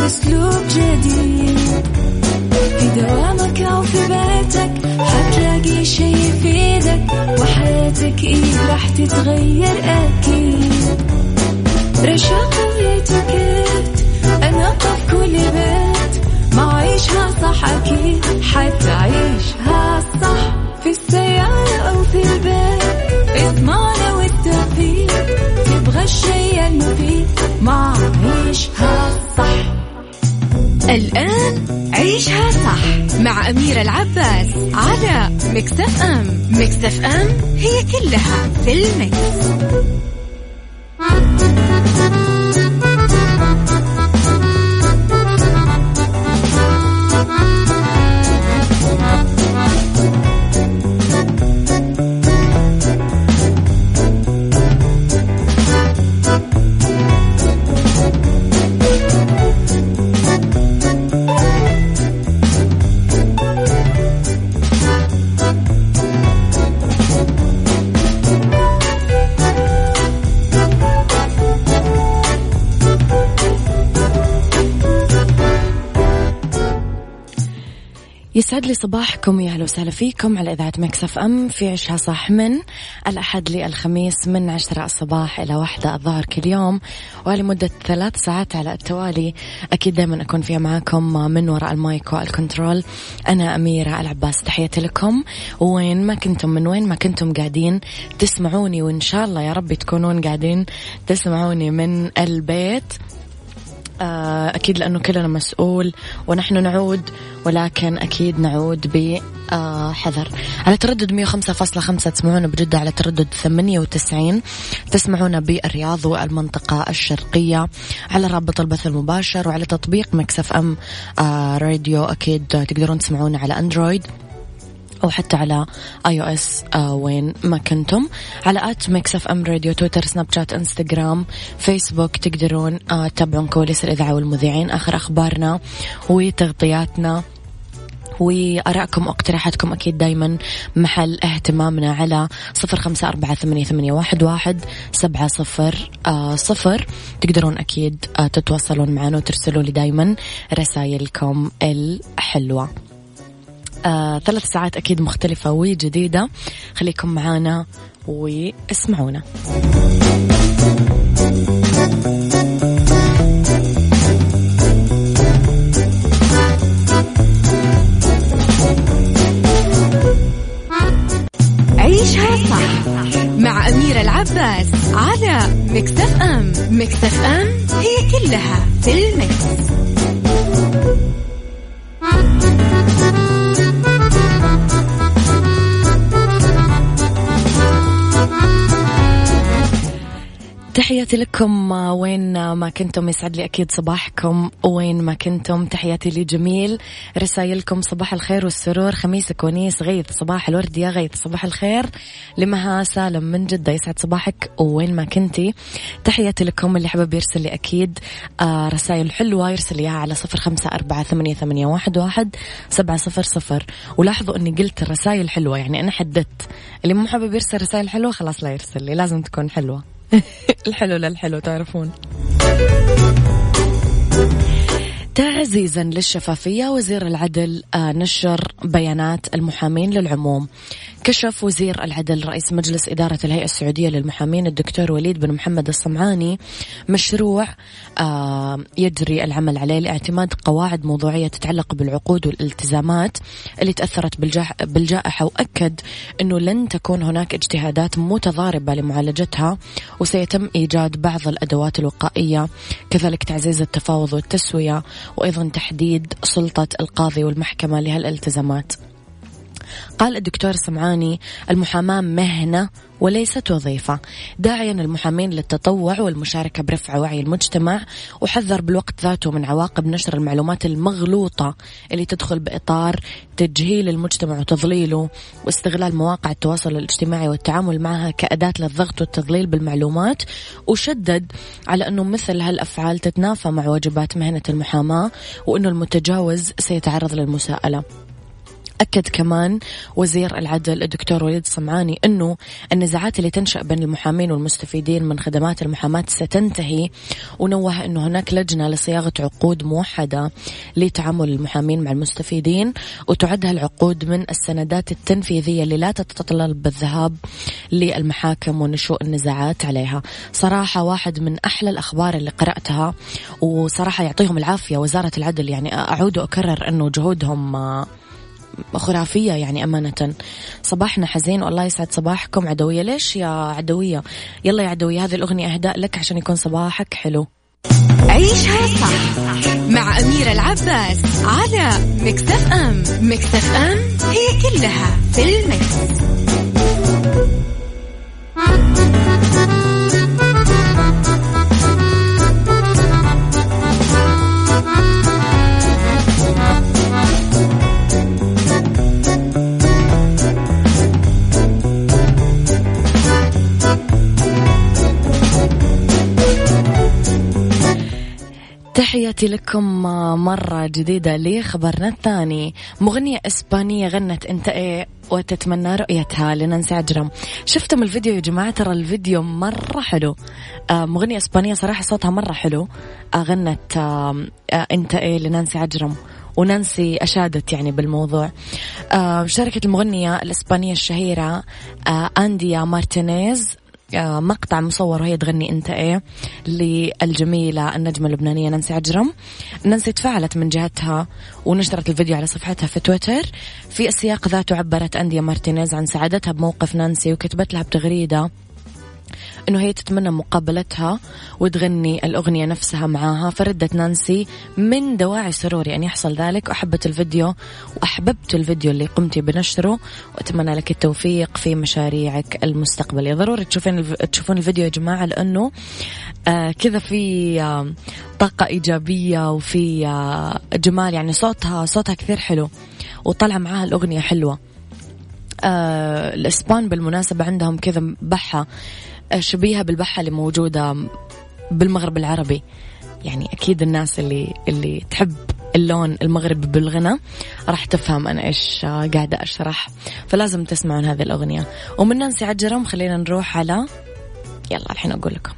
بأسلوب جديد. في دوامك أو في بيتك حتلاقي شي يفيدك، وحياتك إيه راح تتغير أكيد. رشاق ويتوكيت أنا قف كل بيت، ما عيشها صح أكيد حتعيشها صح. في السيارة أو في البيت اسمعنا والتوفيق، تبغى الشيء المفيد ما عيشها صح. الآن عيشها صح مع أميرة العباس على ميكس اف ام. ميكس اف ام هي كلها في الميكس. يسعد لي صباحكم، يا أهلا وسهلا فيكم على إذاعة ميكس اف ام في عيشها صح من الأحد للخميس من 10 الصباح إلى 1 الظهر كل يوم، ولمدة 3 ساعات على التوالي. أكيد دائما أكون فيها معاكم من وراء المايك والكنترول. أنا أميرة العباس، تحياتي لكم وين ما كنتم، من وين ما كنتم قاعدين تسمعوني، وإن شاء الله يا رب تكونون قاعدين تسمعوني من البيت. أكيد لأنه كلنا مسؤول ونحن نعود، ولكن أكيد نعود بحذر. على تردد 105.5 تسمعونا بجدة، على تردد 98 تسمعونا بالرياض والمنطقة الشرقية، على رابط البث المباشر وعلى تطبيق ميكس اف ام راديو. أكيد تقدرون تسمعونا على أندرويد أو حتى على iOS وين ما كنتم، على ميكس اف ام راديو، تويتر، سناب شات، انستغرام، فيسبوك. تقدرون تتابعون كواليس الإذاعة والمذيعين، آخر أخبارنا وتغطياتنا وأراءكم واقتراحاتكم أكيد دايما محل اهتمامنا على 0548811700. تقدرون أكيد تتواصلون معنا وترسلوا لي دايما رسائلكم الحلوة. 3 ساعات أكيد مختلفة وجديدة، خليكم معانا واسمعونا. عيشها صح مع أميرة العباس على ميكس اف ام. ميكس اف ام هي كلها في الميكس. تحياتي لكم وين ما كنتم، يسعد لي أكيد صباحكم وين ما كنتم. تحياتي لجميل رسائلكم، صباح الخير والسرور، خميسك ونيس، غيث صباح الورد يا غيث، صباح الخير لمها سالم من جدة، يسعد صباحك وين ما كنتي. تحياتي لكم. اللي حابب يرسل لي أكيد رسائل حلوة يرسل ليها على 0548811700. ولاحظوا أني قلت الرسائل حلوة، يعني أنا حددت اللي مو حابب يرسل رسائل حلوة خلاص لا يرسل لي، لازم تكون حلوة. الحلو للحلو تعرفون. تعزيزا للشفافية، وزير العدل نشر بيانات المحامين للعموم. كشف وزير العدل رئيس مجلس إدارة الهيئة السعودية للمحامين الدكتور وليد بن محمد الصمعاني مشروع يجري العمل عليه لاعتماد قواعد موضوعية تتعلق بالعقود والالتزامات اللي تأثرت بالجائحة، وأكد أنه لن تكون هناك اجتهادات متضاربة لمعالجتها، وسيتم إيجاد بعض الأدوات الوقائية، كذلك تعزيز التفاوض والتسوية، وأيضا تحديد سلطة القاضي والمحكمة لهالالتزامات. قال الدكتور الصمعاني: المحاماة مهنة وليست وظيفة، داعيا المحامين للتطوع والمشاركة برفع وعي المجتمع، وحذر بالوقت ذاته من عواقب نشر المعلومات المغلوطة اللي تدخل بإطار تجهيل المجتمع وتضليله، واستغلال مواقع التواصل الاجتماعي والتعامل معها كأداة للضغط والتضليل بالمعلومات. وشدد على أنه مثل هالأفعال تتنافى مع واجبات مهنة المحاماة، وأنه المتجاوز سيتعرض للمساءلة. أكد كمان وزير العدل الدكتور وليد الصمعاني أنه النزاعات اللي تنشأ بين المحامين والمستفيدين من خدمات المحاماة ستنتهي، ونوه أنه هناك لجنة لصياغة عقود موحدة لتعامل المحامين مع المستفيدين، وتعد هالعقود من السندات التنفيذية اللي لا تتطلب بالذهاب للمحاكم ونشوء النزاعات عليها. صراحة واحد من أحلى الأخبار اللي قرأتها، وصراحة يعطيهم العافية وزارة العدل، يعني أعود وأكرر أنه جهودهم خرافية يعني أمانة. صباحنا حزين والله يسعد صباحكم. عدوية ليش يا عدوية؟ يلا يا عدوية هذه الأغنية أهداء لك عشان يكون صباحك حلو. عيشها صح مع أميرة العباس على ميكس اف ام. ميكس اف ام هي كلها في الميكس. تحياتي لكم مرة جديدة لخبرنا الثاني. مغنية إسبانية غنت أنت إيه وتتمنى رؤيتها لنانسي عجرم. شفتم الفيديو يا جماعة؟ ترى الفيديو مرة حلو. مغنية إسبانية صراحة صوتها مرة حلو. غنت أنت إيه لنانسي عجرم، ونانسي أشادت يعني بالموضوع. شاركت المغنية الإسبانية الشهيرة أنديا مارتينيز مقطع مصور وهي تغني أنت إيه للجميلة النجمة اللبنانية نانسي عجرم. نانسي تفاعلت من جهتها ونشرت الفيديو على صفحتها في تويتر. في السياق ذاته عبرت أنديا مارتينيز عن سعادتها بموقف نانسي، وكتبت لها بتغريدة إنه هي تتمنى مقابلتها وتغني الأغنية نفسها معاها. فردت نانسي من دواعي سروري أن يحصل ذلك، وأحبت الفيديو وأحببت الفيديو اللي قمتي بنشره، وأتمنى لك التوفيق في مشاريعك المستقبلية. ضروري تشوفون الفيديو يا جماعة، لأنه كذا في طاقة إيجابية وفي جمال، يعني صوتها كثير حلو وطلع معاها الأغنية حلوة. الإسبان بالمناسبة عندهم كذا بحة شبيهة بالبحة اللي موجودة بالمغرب العربي، يعني أكيد الناس اللي تحب اللون المغربي بالغنى راح تفهم أنا إيش قاعدة أشرح، فلازم تسمعون هذه الأغنية. ومن نانسي عجرم خلينا نروح على يلا الحين أقول لكم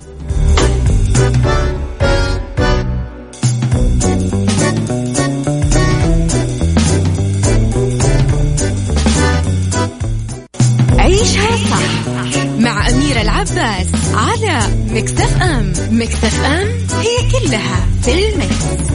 عيشها صح مع أميرة العباس على ميكس اف ام. ميكس اف ام هي كلها في الميكس.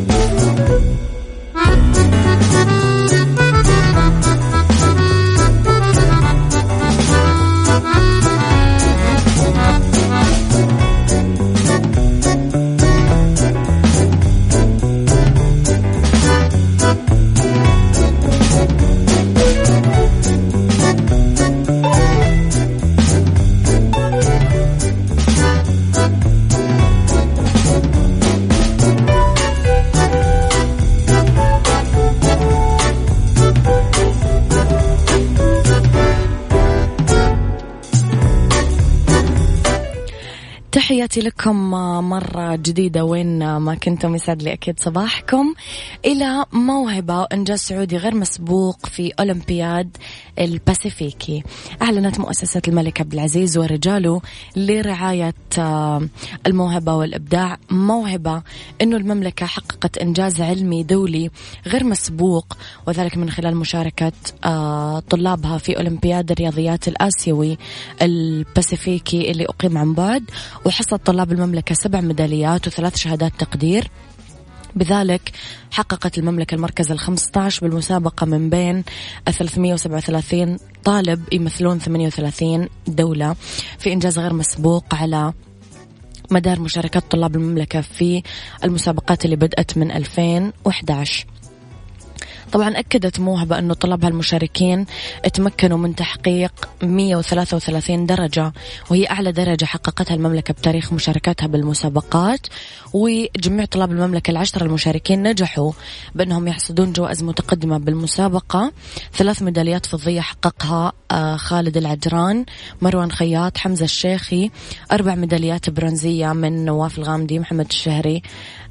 تحياتي لكم مرة جديدة وين ما كنتم. يسعد لي أكيد صباحكم. إلى موهبة وإنجاز سعودي غير مسبوق في أولمبياد الباسيفيكي. أعلنت مؤسسة الملك عبد العزيز ورجاله لرعاية الموهبة والإبداع موهبة إنه المملكة حققت إنجاز علمي دولي غير مسبوق، وذلك من خلال مشاركة طلابها في أولمبياد الرياضيات الآسيوي الباسيفيكي اللي أقيم عن بعد. وحصل طلاب المملكة 7 ميداليات و3 شهادات تقدير. بذلك حققت المملكة المركز ال15 بالمسابقة من بين 337 طالب يمثلون 38 دولة، في إنجاز غير مسبوق على مدار مشاركات طلاب المملكة في المسابقات اللي بدأت من 2011. طبعا أكدت موهبة أنه طلابها المشاركين تمكنوا من تحقيق 133 درجة، وهي أعلى درجة حققتها المملكة بتاريخ مشاركاتها بالمسابقات. وجميع طلاب المملكة 10 المشاركين نجحوا بأنهم يحصدون جوائز متقدمة بالمسابقة. 3 ميداليات فضية حققها خالد العجران، مروان خياط، حمزة الشيخي. 4 ميداليات برونزية من نواف الغامدي، محمد الشهري،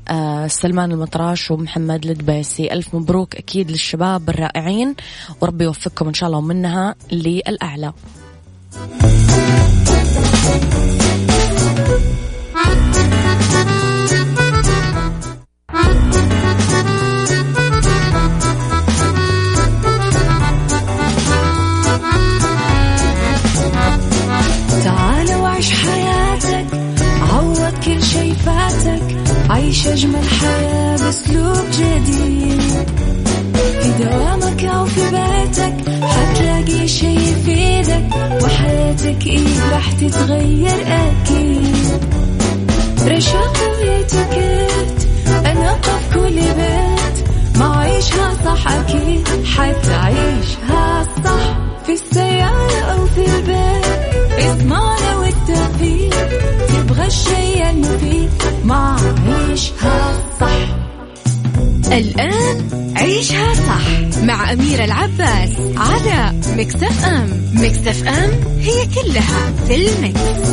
سلمان المطراش ومحمد الدبيسي. ألف مبروك أكيد للشباب الرائعين، وربي يوفقكم إن شاء الله ومنها للأعلى. تعال وعيش حياتك، عوض كل شي فاتك، عيش أجمل حياة بأسلوب جديد. في دوامك أو في بيتك حتلاقي شي يفيدك، وحياتك إيه راح تتغير أكيد. رشاق ويتكت أنا قف كل بيت، ما عيشها صح أكيد حتعيشها صح. في السيارة أو في البيت اسمعنا والتوفيق، تبغى الشيء المفيد ما عيشها صح. الآن عيشها صح مع أميرة العباس على ميكس اف ام. ميكس اف ام هي كلها في الميكس.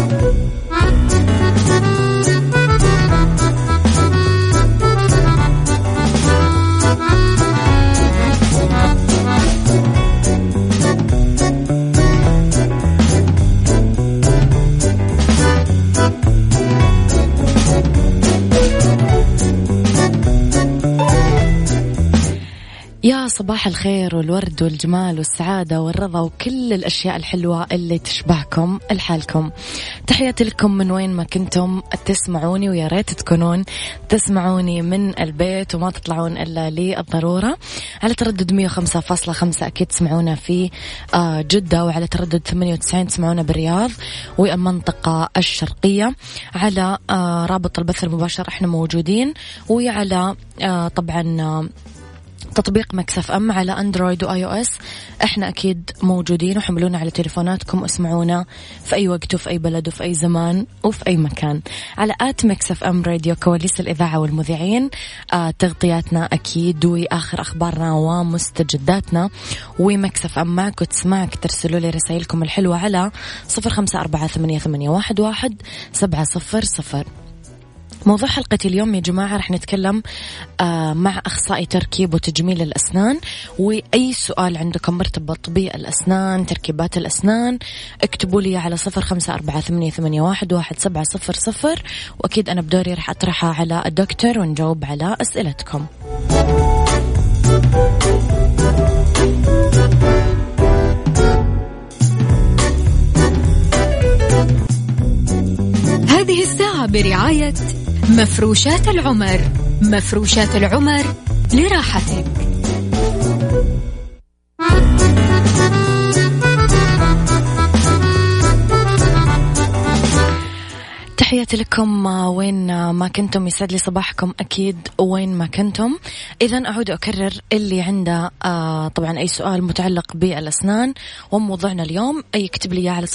يا صباح الخير والورد والجمال والسعادة والرضا وكل الأشياء الحلوة اللي تشبهكم لحالكم. تحياتي لكم من وين ما كنتم تسمعوني، ويا ريت تكونون تسمعوني من البيت وما تطلعون إلا للضرورة. على تردد 105.5 أكيد تسمعونا في جدة، وعلى تردد 98 تسمعونا بالرياض والمنطقة الشرقية. على رابط البث المباشر احنا موجودين، وعلى طبعا تطبيق ميكس اف ام على اندرويد واي او اس احنا اكيد موجودين، وحملونا على تليفوناتكم واسمعونا في اي وقت وفي اي بلد وفي اي زمان وفي اي مكان. على ميكس اف ام راديو، كواليس الاذاعه والمذيعين، تغطياتنا اكيد واخر اخبارنا ومستجداتنا. وميكس اف ام معك وتسمعك. ترسلوا لي رسائلكم الحلوه على 0548811700. موضوع حلقة اليوم يا جماعة رح نتكلم مع أخصائي تركيب وتجميل الأسنان، وأي سؤال عندكم مرتبط بالأسنان تركيبات الأسنان اكتبوا لي على 0548811700، وأكيد أنا بدوري رح أطرحها على الدكتور ونجاوب على أسئلتكم. هذه الساعة برعاية مفروشات العمر. مفروشات العمر لراحتك. تحياتي لكم وين ما كنتم، يسعد لي صباحكم أكيد وين ما كنتم. إذن أعود أكرر اللي عنده طبعا أي سؤال متعلق بالأسنان وموضوعنا اليوم يكتب لي على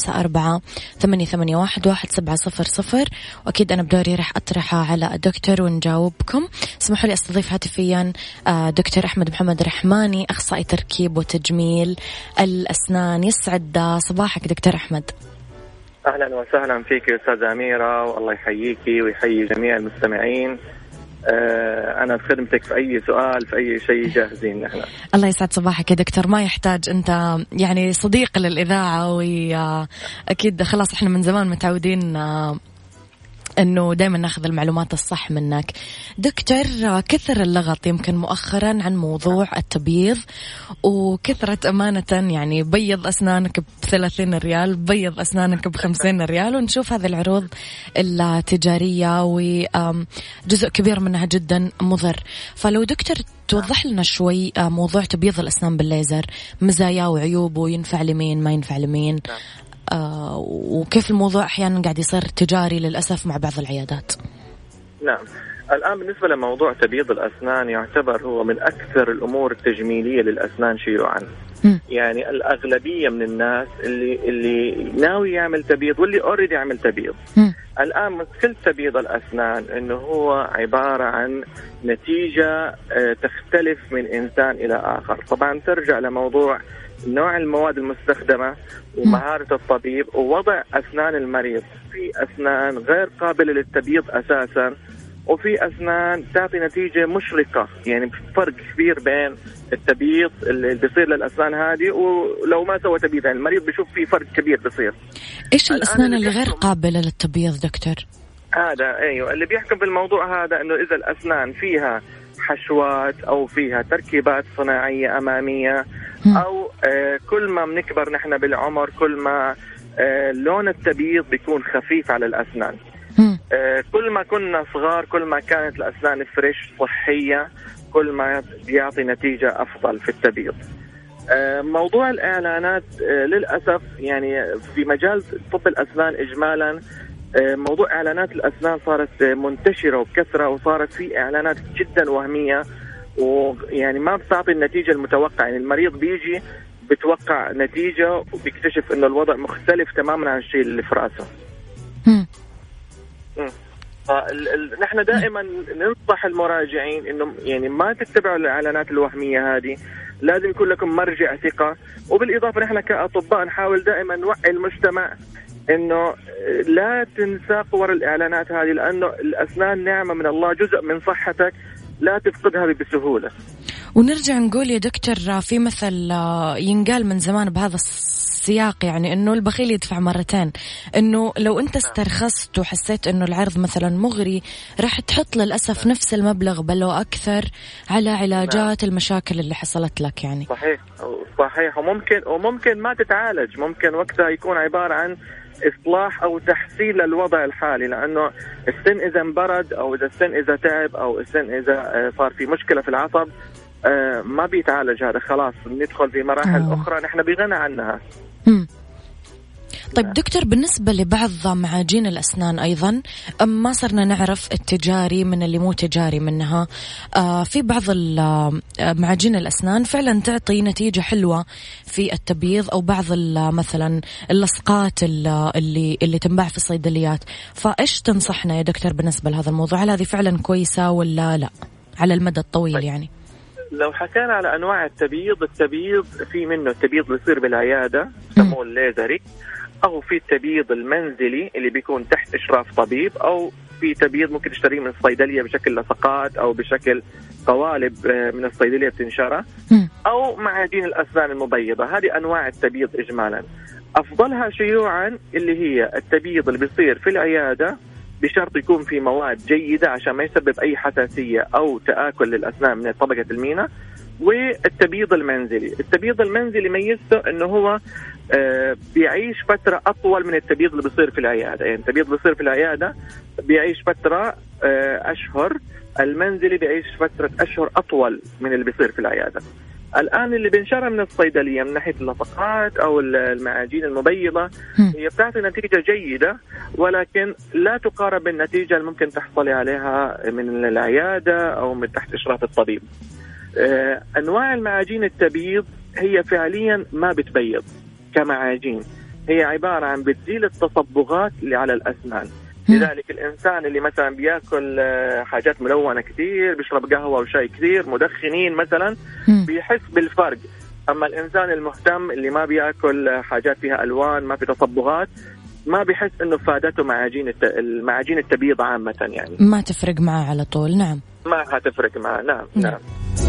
0548811700، وأكيد أنا بدوري رح أطرحها على الدكتور ونجاوبكم. اسمحوا لي أستضيف هاتفيا دكتور أحمد محمد رحماني، أخصائي تركيب وتجميل الأسنان. يسعد صباحك دكتور أحمد. أهلا وسهلا فيك يا أستاذة أميرة، والله يحييكي ويحيي جميع المستمعين. أنا بخدمتك في أي سؤال في أي شيء جاهزين نحن. الله يسعد صباحك يا دكتور. ما يحتاج، أنت يعني صديق للإذاعة، وأكيد خلاص إحنا من زمان متعودين أنه دائما ناخذ المعلومات الصح منك. دكتور، كثر اللغط يمكن مؤخرا عن موضوع التبييض، وكثرة أمانة يعني بيض أسنانك ب30 ريال، بيض أسنانك ب50 ريال، ونشوف هذه العروض التجارية وجزء كبير منها جدا مضر. فلو دكتور توضح لنا شوي موضوع تبييض الأسنان بالليزر، مزايا وعيوبه، ينفع لمين ما ينفع لمين، وكيف الموضوع أحيانا قاعد يصير تجاري للأسف مع بعض العيادات. نعم، الآن بالنسبة لموضوع تبييض الأسنان يعتبر هو من أكثر الأمور التجميلية للأسنان شيوعا. يعني الأغلبية من الناس اللي ناوي يعمل تبييض واللي أوريدي يعمل تبييض. الآن مشكلة تبييض الأسنان إنه هو عبارة عن نتيجة تختلف من إنسان إلى آخر. طبعا ترجع لموضوع نوع المواد المستخدمة ومهارة الطبيب ووضع أسنان المريض. في أسنان غير قابلة للتبييض أساسا، وفي أسنان تعطي نتيجة مشرقة. يعني فرق كبير بين التبييض اللي بيصير للأسنان هذه ولو ما سوى تبييض. يعني المريض بيشوف في فرق كبير بيصير. إيش الأسنان اللي غير قابلة للتبييض دكتور؟ هذا أيوة اللي بيحكم بالموضوع هذا، إنه إذا الأسنان فيها حشوات أو فيها تركيبات صناعية أمامية، أو كل ما بنكبر نحن بالعمر كل ما لون التبييض بيكون خفيف على الأسنان. كل ما كنا صغار كل ما كانت الأسنان فريش صحية كل ما بيعطي نتيجة أفضل في التبييض. موضوع الإعلانات للأسف يعني في مجال طب الأسنان إجمالا، موضوع إعلانات الأسنان صارت منتشرة وبكثرة، وصارت في إعلانات جدا وهمية ويعني ما بتعطي النتيجة المتوقعة. يعني المريض بيجي بتوقع نتيجة وبيكتشف إنه الوضع مختلف تماما عن الشيء اللي في رأسه. نحن دائما ننصح المراجعين إنه يعني ما تتبعوا الإعلانات الوهمية هذه، لازم يكون لكم مرجع ثقة. وبالإضافة نحن كأطباء نحاول دائما نوعي المجتمع إنه لا تنساق وراء الإعلانات هذه، لأنه الأسنان نعمة من الله، جزء من صحتك لا تفقدها بسهولة. ونرجع نقول يا دكتور في مثل ينقال من زمان بهذا السياق، يعني إنه البخيل يدفع مرتين، إنه لو أنت استرخصت وحسيت إنه العرض مثلا مغري راح تحط للأسف نفس المبلغ بل وأكثر على علاجات المشاكل اللي حصلت لك. يعني صحيح وممكن ما تتعالج، ممكن وقتها يكون عبارة عن إصلاح أو تحسين للوضع الحالي، لأنه السن إذا انبرد أو إذا السن إذا تعب أو السن إذا صار في مشكلة في العصب ما بيتعالج هذا، خلاص ندخل في مراحل أخرى نحن بغنى عنها. طيب دكتور، بالنسبة لبعض معاجين الأسنان أيضا ما صرنا نعرف التجاري من اللي مو تجاري منها. في بعض معاجين الأسنان فعلا تعطي نتيجة حلوة في التبييض، أو بعض مثلا اللصقات اللي تنباع في الصيدليات. فإيش تنصحنا يا دكتور بالنسبة لهذا الموضوع؟ هل هذه فعلا كويسة ولا لا على المدى الطويل؟ يعني لو حكينا على أنواع التبييض في منه التبييض اللي يصير بالعيادة يسموه الليزري، أو في التبييض المنزلي اللي بيكون تحت إشراف طبيب، أو في تبييض ممكن تشتريه من الصيدلية بشكل لصقات أو بشكل قوالب من الصيدلية بتنشرة، أو معادين الأسنان المبيضة. هذه أنواع التبييض إجمالا. أفضلها شيوعا اللي هي التبييض اللي بيصير في العيادة، بشرط يكون في مواد جيدة عشان ما يسبب أي حساسية أو تآكل للأسنان من طبقة المينا. والتبييض المنزلي، التبييض المنزلي ميزته أنه هو بيعيش فترة أطول من التبييض اللي بيصير في العيادة. يعني التبييض اللي بيصير في العيادة بيعيش فترة أشهر، المنزلي بيعيش فترة أشهر أطول من اللي بيصير في العيادة. الآن اللي بنشرها من الصيدلية من ناحية اللصقات أو المعاجين المبيضة هي بتعطي نتيجة جيدة، ولكن لا تقارب بالنتيجة اللي ممكن تحصلي عليها من العيادة أو من تحت إشراف الطبيب. أنواع المعاجين التبييض هي فعليا ما بتبيض كمعاجين، هي عبارة عن بتزيل التصبغات اللي على الأسنان. لذلك الإنسان اللي مثلا بيأكل حاجات ملونة كثير، بيشرب قهوة وشاي كثير، مدخنين مثلا، بيحس بالفرق. أما الإنسان المهتم اللي ما بيأكل حاجات فيها ألوان ما في تصبغات ما بيحس إنه فادته المعاجين التبييض عامة، يعني ما تفرق معه على طول. نعم ما هتفرق معه. نعم.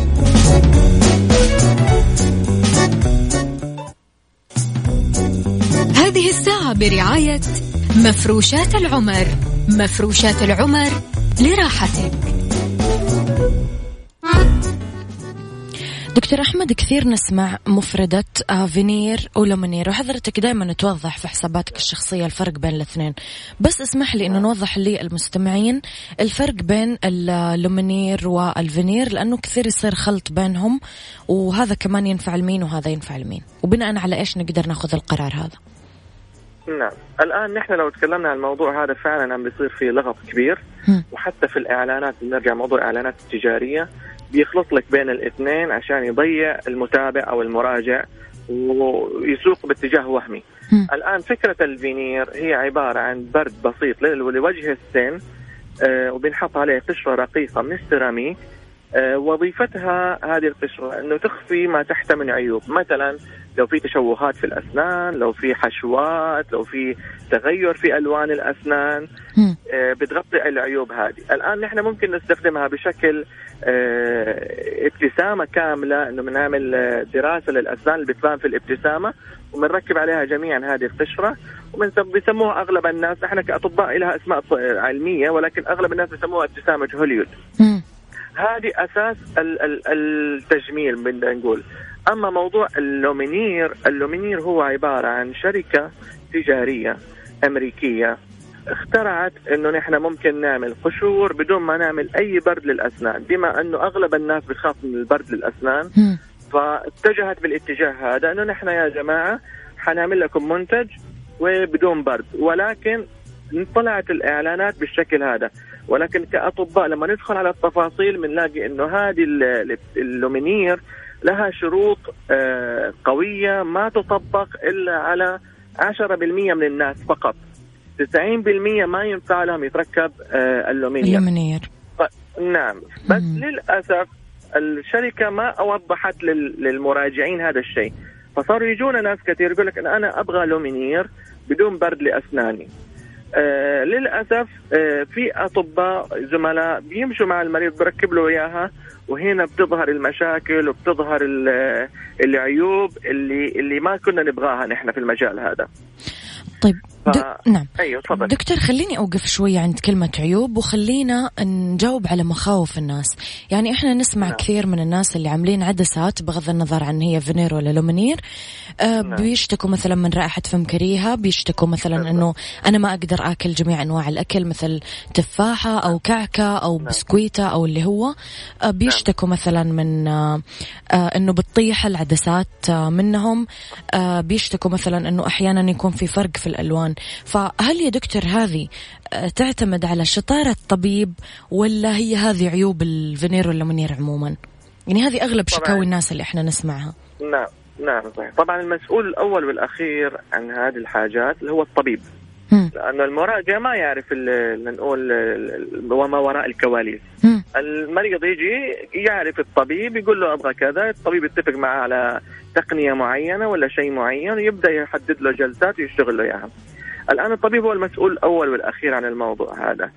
هذه الساعة برعاية مفروشات العمر. مفروشات العمر لراحتك. دكتور أحمد، كثير نسمع مفردة فينير ولومينير، وحضرتك دائما توضح في حساباتك الشخصية الفرق بين الاثنين، بس اسمح لي أنه نوضح للمستمعين الفرق بين اللومينير والفينير، لأنه كثير يصير خلط بينهم، وهذا كمان ينفع المين وهذا ينفع المين، وبناء على إيش نقدر ناخذ القرار هذا؟ نعم، الآن نحن لو تكلمنا عن الموضوع هذا فعلا عم بيصير فيه لغط كبير، وحتى في الإعلانات بنرجع موضوع الإعلانات التجارية بيخلط لك بين الاثنين عشان يضيع المتابع أو المراجع ويسوق باتجاه وهمي. الآن فكرة الفينير هي عبارة عن برد بسيط لوجه السن، وبنحط عليه قشرة رقيقة من السيراميك، وظيفتها هذه القشرة أنه تخفي ما تحت من عيوب، مثلا لو في تشوهات في الأسنان، لو في حشوات، لو في تغير في ألوان الأسنان، بتغطي العيوب هذه. الآن نحن ممكن نستخدمها بشكل ابتسامة كاملة، أنه بنعمل دراسة للأسنان اللي بتبان في الابتسامة وبنركب عليها جميعا هذه القشرة، وبيسموها أغلب الناس، نحن كأطباء لها أسماء علمية ولكن أغلب الناس بيسموها ابتسامة هوليود. هذه أساس التجميل بدنا نقول. أما موضوع اللومينير هو عبارة عن شركة تجارية أمريكية اخترعت إنه نحن ممكن نعمل قشور بدون ما نعمل أي برد للأسنان، بما إنه أغلب الناس بتخاف من البرد للأسنان، فاتجهت بالاتجاه هذا إنه نحن يا جماعة حنعمل لكم منتج وبدون برد. ولكن طلعت الإعلانات بالشكل هذا، ولكن كأطباء لما ندخل على التفاصيل بنلاقي إنه هذه اللومينير لها شروط قوية ما تطبق إلا على 10% من الناس فقط. 90% ما ينفع لهم يتركب اللومينير. نعم، بس للأسف الشركة ما أوضحت للمراجعين هذا الشيء، فصاروا يجونا ناس كثير يقول لك أنا أبغى لومينير بدون برد لأسناني. للأسف في أطباء زملاء بيمشوا مع المريض بركب له إياها، وهنا بتظهر المشاكل وبتظهر العيوب اللي ما كنا نبغاها نحن في المجال هذا. طيب نعم. أيوة تفضل دكتور، خليني أوقف شوية عند كلمة عيوب وخلينا نجاوب على مخاوف الناس. يعني إحنا نسمع كثير من الناس اللي عاملين عدسات بغض النظر عن هي فينير ولا لومينير، بيشتكوا مثلا من رائحة فم كريهة، بيشتكوا مثلا إنه أنا ما أقدر أكل جميع أنواع الأكل مثل تفاحة أو كعكة أو بسكويتة أو اللي هو، بيشتكوا مثلا من إنه بتطيح العدسات منهم، بيشتكوا مثلا إنه أحيانا يكون في فرق في الألوان. فهل يا دكتور هذه تعتمد على شطارة الطبيب ولا هي هذه عيوب الفينير واللومينير عموما؟ يعني هذه أغلب شكاوي الناس اللي إحنا نسمعها. نعم صحيح. طبعا المسؤول الأول والأخير عن هذه الحاجات اللي هو الطبيب، لأنه المراجع ما يعرف نقول وما وراء الكواليس. المريض يجي يعرف الطبيب يقول له أبغى كذا، الطبيب يتفق معه على تقنية معينة ولا شيء معين ويبدأ يحدد له جلسات ويشتغل له إياها. الآن الطبيب هو المسؤول الأول والأخير عن الموضوع هذا.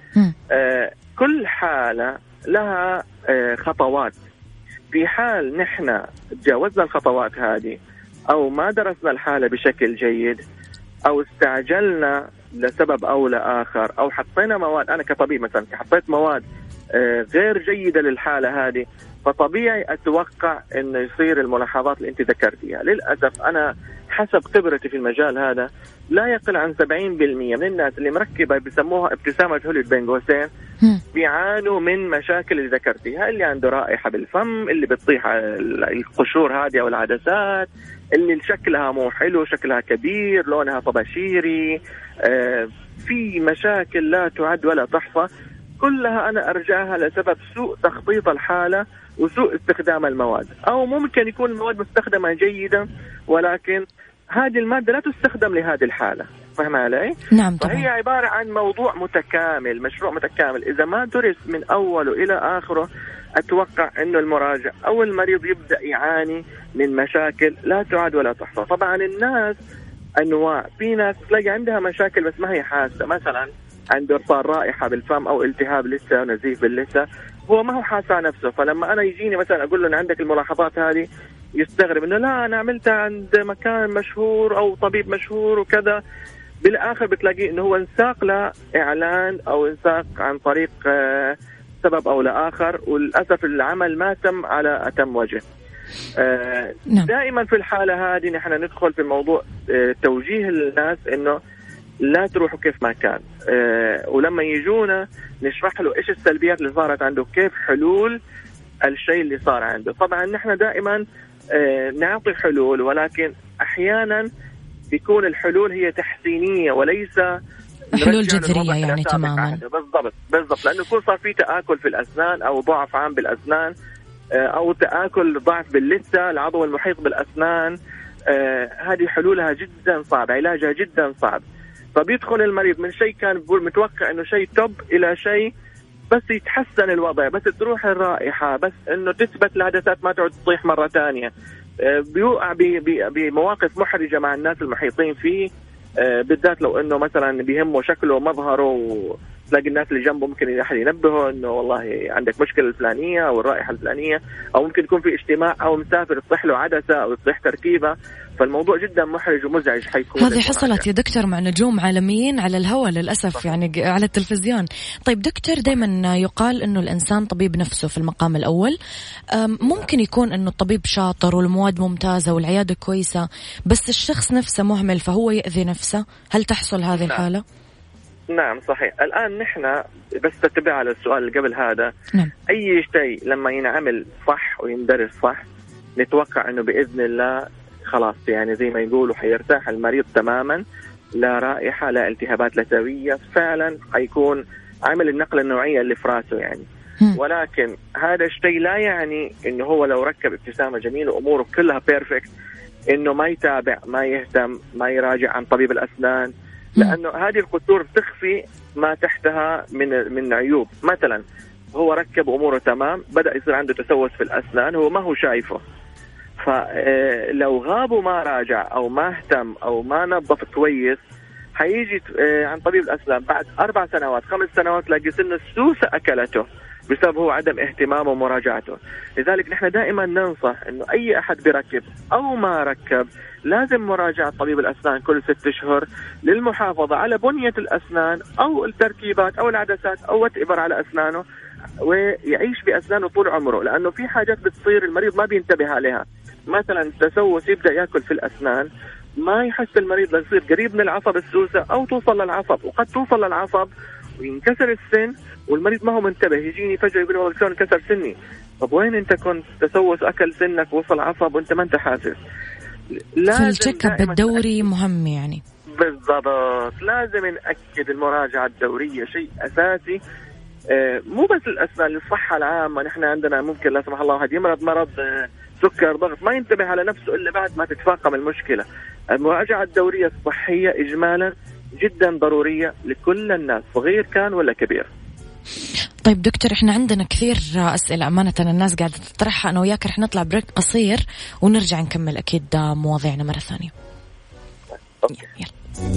كل حالة لها خطوات. في حال نحن تجاوزنا الخطوات هذه أو ما درسنا الحالة بشكل جيد أو استعجلنا لسبب أو لآخر أو حطينا مواد، أنا كطبيب مثلا حطيت مواد غير جيدة للحالة هذه، فطبيعي أتوقع أنه يصير الملاحظات اللي أنت ذكرتيها. للأسف أنا حسب خبرتي في المجال هذا لا يقل عن 70% من الناس اللي مركبة بيسموها ابتسامة هوليود بين قوسين بيعانوا من مشاكل اللي ذكرتيها، اللي عنده رائحة بالفم، اللي بتطيح القشور هذه أو العدسات، اللي شكلها مو حلو، شكلها كبير، لونها طباشيري، في مشاكل لا تعد ولا تحصى. كلها أنا أرجعها لسبب سوء تخطيط الحالة وسوء استخدام المواد، أو ممكن يكون المواد مستخدمة جيدة ولكن هذه المادة لا تستخدم لهذه الحالة. فهم علي؟ نعم طبعا. فهي عبارة عن موضوع متكامل، مشروع متكامل. إذا ما درس من أوله إلى آخره أتوقع أنه المراجع أو المريض يبدأ يعاني من مشاكل لا تعد ولا تحصى. طبعا الناس أنواع، في ناس تلاقي عندها مشاكل بس ما هي حاسة، مثلا عنده ارتفاع رائحة بالفم أو التهاب لسه ونزيف باللسة، هو ما هو حاسة نفسه. فلما أنا يجيني مثلا أقول له أن عندك الملاحظات هذه يستغرب إنه لا أنا عملتها عند مكان مشهور أو طبيب مشهور وكذا. بالآخر بتلاقي إنه هو انساق له إعلان أو انساق عن طريق سبب أو لآخر، وللأسف العمل ما تم على أتم وجه. دائما في الحالة هذه نحن ندخل في موضوع توجيه الناس إنه لا تروحوا كيف ما كان، ولما يجونا نشرح له إيش السلبيات اللي صارت عنده، كيف حلول الشيء اللي صار عنده. طبعا نحن دائما نعطي حلول، ولكن أحيانا بيكون الحلول هي تحسينية وليس حلول جذرية يعني تماما. بالضبط، لأنه يكون صار في تآكل في الأسنان أو ضعف عام بالأسنان أو تآكل ضعف باللثة، العضو المحيط بالأسنان. هذه حلولها جدا صعب، علاجها جدا صعب. فبيدخل المريض من شيء كان متوقع إنه شيء توب إلى شيء بس يتحسن الوضع، بس تروح الرائحة، بس إنه تثبت العدسات ما تعود تطيح مرة ثانية، بيوقع بمواقف محرجة مع الناس المحيطين فيه، بالذات لو إنه مثلا بيهمه شكله ومظهره، تلاقي الناس اللي جنبه ممكن أحد ينبهه إنه والله عندك مشكلة الفلانية أو الرائحة الفلانية، أو ممكن يكون في اجتماع أو مسافر تطيح له عدسة أو تطيح تركيبة، فالموضوع جدا محرج ومزعج حيكون. هذه حصلت يا دكتور مع نجوم عالميين على الهواء للأسف، يعني على التلفزيون. طيب دكتور، دايما يقال إنه الإنسان طبيب نفسه في المقام الأول. ممكن يكون إنه الطبيب شاطر والمواد ممتازة والعيادة كويسة، بس الشخص نفسه مهمل فهو يأذي نفسه. هل تحصل هذه الحالة؟ نعم صحيح. الآن نحن بس تتبع على السؤال اللي قبل هذا. نعم. أي شيء لما ينعمل صح ويندرس صح نتوقع أنه بإذن الله خلاص، يعني زي ما يقولوا حيرتاح المريض تماما، لا رائحة لا التهابات لثوية، فعلا حيكون عامل النقلة النوعية اللي في راسه يعني. ولكن هذا الشيء لا يعني إنه هو لو ركب ابتسامة جميلة وأموره كلها بيرفكت إنه ما يتابع، ما يهتم، ما يراجع عن طبيب الأسنان، لأنه هذه القصور تخفي ما تحتها من عيوب. مثلا هو ركب أموره تمام، بدأ يصير عنده تسوس في الأسنان هو ما هو شايفه، فلو غاب وما راجع أو ما اهتم أو ما نظف كويس حيجي عن طبيب الأسنان بعد 4 سنوات 5 سنوات تلاقي سنه السوسة أكلته بسبب هو عدم اهتمامه ومراجعته. لذلك نحن دائما ننصح إنه أي أحد بركب أو ما ركب لازم مراجعة طبيب الأسنان كل 6 أشهر للمحافظة على بنية الأسنان أو التركيبات أو العدسات أو واتئبر على أسنانه، ويعيش بأسنانه طول عمره، لأنه في حاجات بتصير المريض ما بينتبه عليها. مثلا التسوس يبدأ يأكل في الأسنان، ما يحس المريض ليصير قريب من العصب السوسة أو توصل للعصب، وقد توصل للعصب وينكسر السن والمريض ما هو منتبه، يجيني فجأة يقول والله شلون انكسر سني. طب وين انت كنت؟ تسوس أكل سنك وصل عصب وانت ما انت حاسس. فالتشيك اب الدوري مهم يعني. بالضبط، لازم نأكد المراجعة الدورية شيء أساسي، مو بس الأسنان، للصحة العامة. نحن عندنا ممكن لا سمح الله واحد يمرض مرض سكر ضغط ما ينتبه على نفسه إلا بعد ما تتفاقم المشكلة. المراجعة الدورية الصحية إجمالا جدا ضرورية لكل الناس، صغير كان ولا كبير. طيب دكتور، احنا عندنا كثير أسئلة أمانة الناس قاعدة تطرحها. أنا وياك رح نطلع بريك قصير ونرجع نكمل أكيد مواضيعنا مرة ثانية. يلا.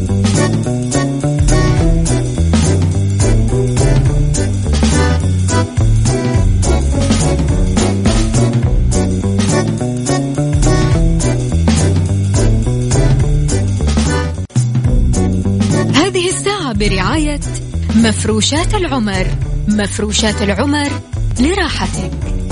هذه الساعة برعاية مفروشات العمر. مفروشات العمر لراحتك.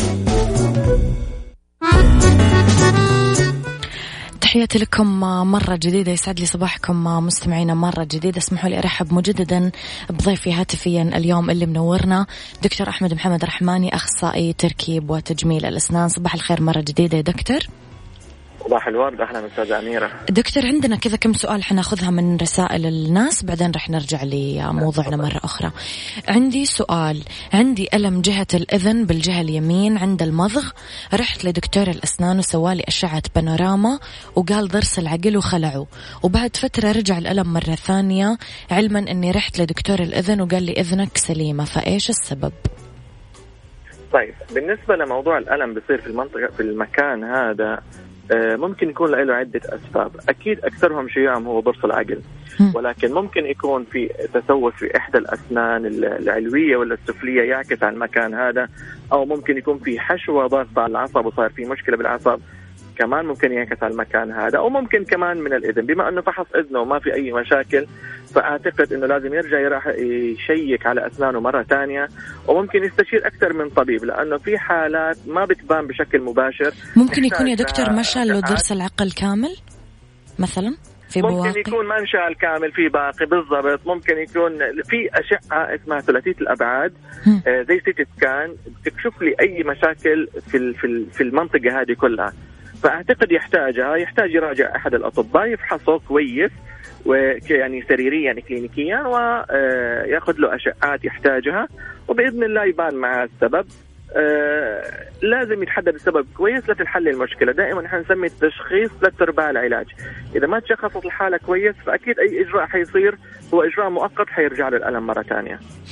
تحياتي لكم مرة جديدة، يسعد لي صباحكم مستمعينا مرة جديدة. اسمحوا لي أرحب مجددا بضيفي هاتفيا اليوم اللي منورنا دكتور أحمد محمد رحماني، أخصائي تركيب وتجميل الأسنان. صباح الخير مرة جديدة يا دكتور. صباح الورد، أهلا أستاذة أميرة. دكتور، عندنا كذا كم سؤال حناخذها من رسائل الناس، بعدين رح نرجع لموضوعنا مرة أخرى. عندي سؤال، عندي ألم جهة الأذن بالجهة اليمين عند المضغ، رحت لدكتور الأسنان وسوالي أشعة بانوراما وقال ضرس العقل وخلعه، وبعد فترة رجع الألم مرة ثانية، علما أني رحت لدكتور الأذن وقال لي إذنك سليمة، فإيش السبب؟ طيب بالنسبة لموضوع الألم بيصير في المنطقة في المكان هذا ممكن يكون له عدة أسباب. أكيد أكثرهم شيوعهم هو ضرس العقل، ولكن ممكن يكون في تسوس في إحدى الأسنان العلوية ولا السفلية يعكس على المكان هذا، أو ممكن يكون في حشوة ضاغطة على العصب وصار في مشكلة بالعصب كمان ممكن يعكس على المكان هذا، أو ممكن كمان من الإذن. بما أنه فحص إذنه وما في أي مشاكل، فأعتقد أنه لازم يرجع يشيك على أسنانه مرة تانية، وممكن يستشير أكثر من طبيب، لأنه في حالات ما بتبان بشكل مباشر. ممكن يكون يا دكتور مشى له ضرس العقل كامل مثلا، في بواقي. ممكن يكون ما انشاء الكامل في باقي. بالضبط، ممكن يكون في أشعة اسمها ثلاثية الأبعاد زي سيتي سكان تكشف لي أي مشاكل في المنطقة هذه كلها، فأعتقد يحتاج يراجع أحد الأطباء يفحصه كويس ويعني سريريا يعني كلينيكيا، ويأخذ له أشعات يحتاجها، وبإذن الله يبان معه السبب. لازم يتحدد السبب كويس لتنحل المشكلة. دائما نحن نسمي التشخيص 3/4 العلاج. إذا ما تشخصت الحالة كويس فأكيد أي إجراء حيصير هو إجراء مؤقت حيرجع للألم مرة تانية.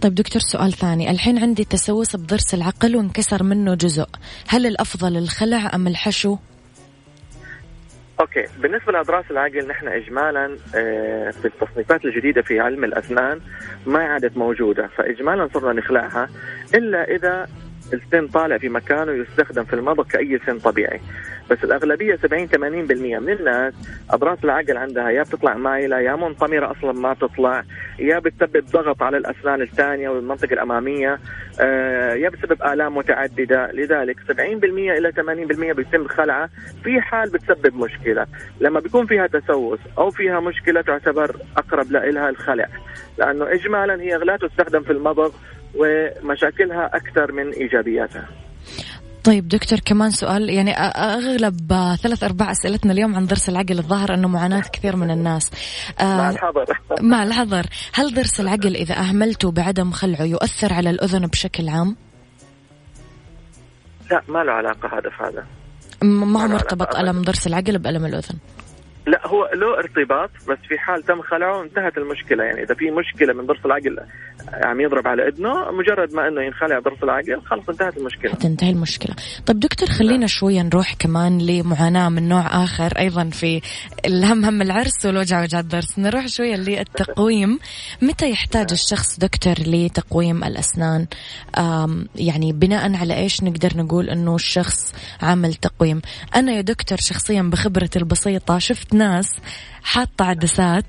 طيب دكتور، سؤال ثاني. الحين عندي تسوس بضرس العقل وانكسر منه جزء، هل الأفضل الخلع أم الحشو؟ اوكي، بالنسبه لاضراس العقل نحن اجمالا في التصنيفات الجديده في علم الاسنان ما عادت موجوده، فاجمالا صرنا نخلعها الا اذا السن طالع في مكانه يستخدم في المضغ كأي سن طبيعي. بس الأغلبية 70-80% من الناس أضراس العقل عندها يا بتطلع مايلة يا منطمرة أصلا ما بتطلع، يا بتسبب ضغط على الأسنان الثانية والمنطقة الأمامية، يا بتسبب آلام متعددة. لذلك 70% إلى 80% بيتم خلعها في حال بتسبب مشكلة. لما بيكون فيها تسوس أو فيها مشكلة تعتبر أقرب لها الخلع، لأنه إجمالا هي لا تستخدم في المضغ ومشاكلها أكثر من إيجابياتها. طيب دكتور، كمان سؤال، يعني أغلب 3-4 أسئلتنا اليوم عن ضرس العقل. الظاهر أنه معاناة كثير من الناس. مع الحذر، هل ضرس العقل إذا أهملته بعدم خلعه يؤثر على الأذن بشكل عام؟ لا، ما له علاقة هذا في هذا. ما هو مرتبط ألم ضرس العقل بألم الأذن؟ لا، هو له ارتباط، بس في حال تم خلعه انتهت المشكلة. يعني إذا في مشكلة من ضرس العقل عم يضرب على إذنه، مجرد ما إنه ينخلع ضرس العقل خلاص انتهت المشكلة، تنتهي المشكلة. طيب دكتور، خلينا شوية نروح كمان لمعاناة من نوع آخر أيضا في الهم العرس والوجع وجع الضرس. نروح شوية للتقويم. متى يحتاج الشخص دكتور لتقويم الأسنان؟ يعني بناء على إيش نقدر نقول إنه الشخص عمل تقويم؟ أنا يا دكتور شخصيا بخبرتي البسيطة شفت ناس حاطة عدسات،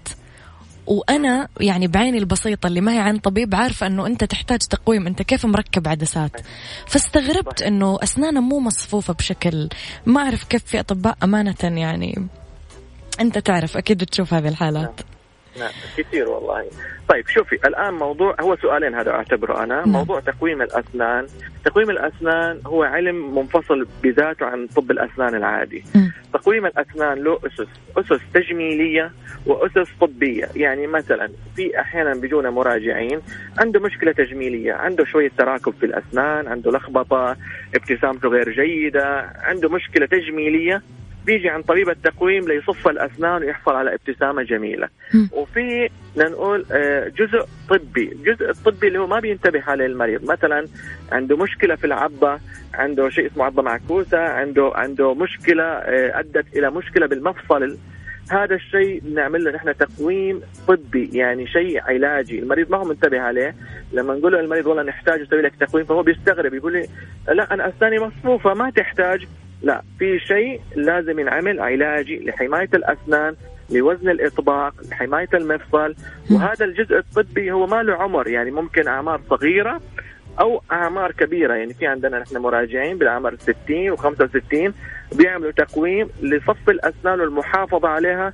وأنا يعني بعيني البسيطة اللي ما هي عن طبيب عارفة أنه أنت تحتاج تقويم، أنت كيف مركب عدسات. فاستغربت أنه أسنانه مو مصفوفة بشكل، ما أعرف كيف في أطباء أمانة، يعني أنت تعرف أكيد تشوف هذه الحالات. نعم كثير والله. طيب شوفي، الآن موضوع، هو سؤالين هذا أعتبره أنا. موضوع تقويم الأسنان، تقويم الأسنان هو علم منفصل بذاته عن طب الأسنان العادي. تقويم الأسنان له أسس تجميلية وأسس طبية. يعني مثلا في أحيانا بيجونا مراجعين عنده مشكلة تجميلية، عنده شوية تراكب في الأسنان، عنده لخبطة، ابتسامته غير جيدة، عنده مشكلة تجميلية، بيجي عن طبيب التقويم ليصف الأسنان ويحصل على ابتسامة جميلة. وفي نقول جزء طبي، الجزء الطبي اللي هو ما بينتبه عليه المريض. مثلا عنده مشكلة في العضة، عنده شيء اسمه عضة معكوسة، عنده مشكلة أدت إلى مشكلة بالمفصل. هذا الشيء بنعمل له نحن تقويم طبي، يعني شيء علاجي. المريض ما هو منتبه عليه. لما نقول له المريض والله نحتاج نسوي لك تقويم، فهو بيستغرب يقول لي لا أنا أسناني مصفوفة ما تحتاج. لا، في شيء لازم ينعمل علاجي لحماية الأسنان، لوزن الإطباق، لحماية المفصل. وهذا الجزء الطبي هو ما له عمر، يعني ممكن أعمار صغيرة أو أعمار كبيرة. يعني في عندنا نحن مراجعين بالأعمار 60 و65 بيعملوا تقويم لصف الأسنان والمحافظة عليها،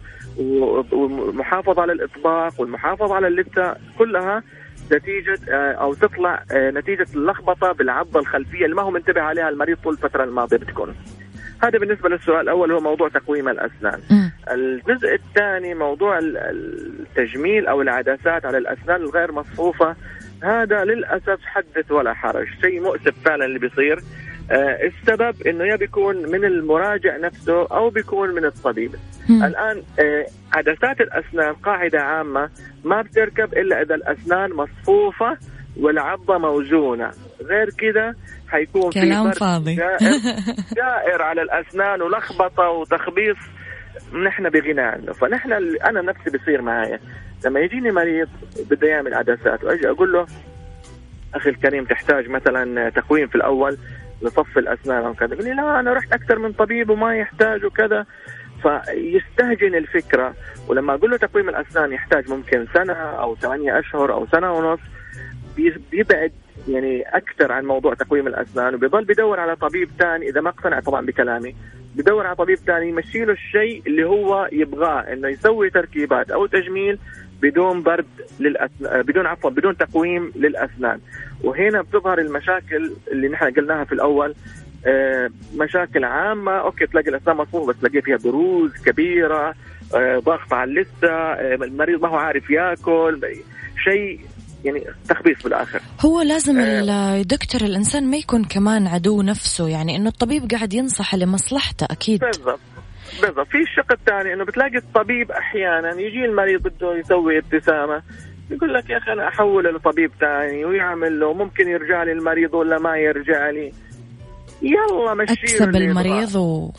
والمحافظة على الإطباق والمحافظة على اللثة، كلها نتيجة أو تطلع نتيجة اللخبطة بالعضة الخلفية اللي ما هو منتبه عليها المريض طول الفترة الماضية بتكون. هذا بالنسبة للسؤال الأول، هو موضوع تقويم الأسنان. الجزء الثاني موضوع التجميل أو العدسات على الأسنان الغير مصفوفة. هذا للأسف حدث ولا حرج، شيء مؤسف فعلا اللي بيصير. السبب إنه يا بيكون من المراجع نفسه أو بيكون من الطبيب. الآن عدسات الأسنان قاعدة عامة ما بتركب إلا إذا الأسنان مصفوفة والعضة موزونة، غير كده حيكون كلام في فاضي جائر على الأسنان ولخبطة وتخبيص نحن بغنى عنه. فنحن أنا نفسي بيصير معايا لما يجيني مريض بده يعمل عدسات وأجي أقول له أخي الكريم تحتاج مثلا تقويم في الأول لصف الأسنان أو كذا، يقول لي لا أنا رحت أكثر من طبيب وما يحتاج وكذا، فيستهجن الفكرة. ولما أقول له تقويم الأسنان يحتاج ممكن سنة أو 8 أشهر أو سنة ونص، بيبعد يعني أكثر عن موضوع تقويم الأسنان، وبيضل بدور على طبيب تاني إذا ما اقتنع طبعا بكلامي، بدور على طبيب تاني يمشي له الشيء اللي هو يبغاه، إنه يسوي تركيبات أو تجميل بدون برد للأسنان، بدون تقويم للأسنان. وهنا بتظهر المشاكل اللي نحن قلناها في الأول. مشاكل عامة، أوكي تلاقي الأسنان مصفوفة بس تلاقي فيها بروز كبيرة، ضغط على اللثة، المريض ما هو عارف يأكل، شيء يعني تخبيص بالآخر. هو لازم الدكتور الإنسان ما يكون كمان عدو نفسه، يعني إنه الطبيب قاعد ينصح لمصلحته أكيد. بالضبط. في الشق الثاني إنه بتلاقي الطبيب أحيانا يجي المريض بده يسوي ابتسامة، يقول لك يا أخي أنا أحوله لطبيب تاني ويعمل له، ممكن يرجع لي المريض ولا ما يرجع لي، يلا مشيله أكسب المريض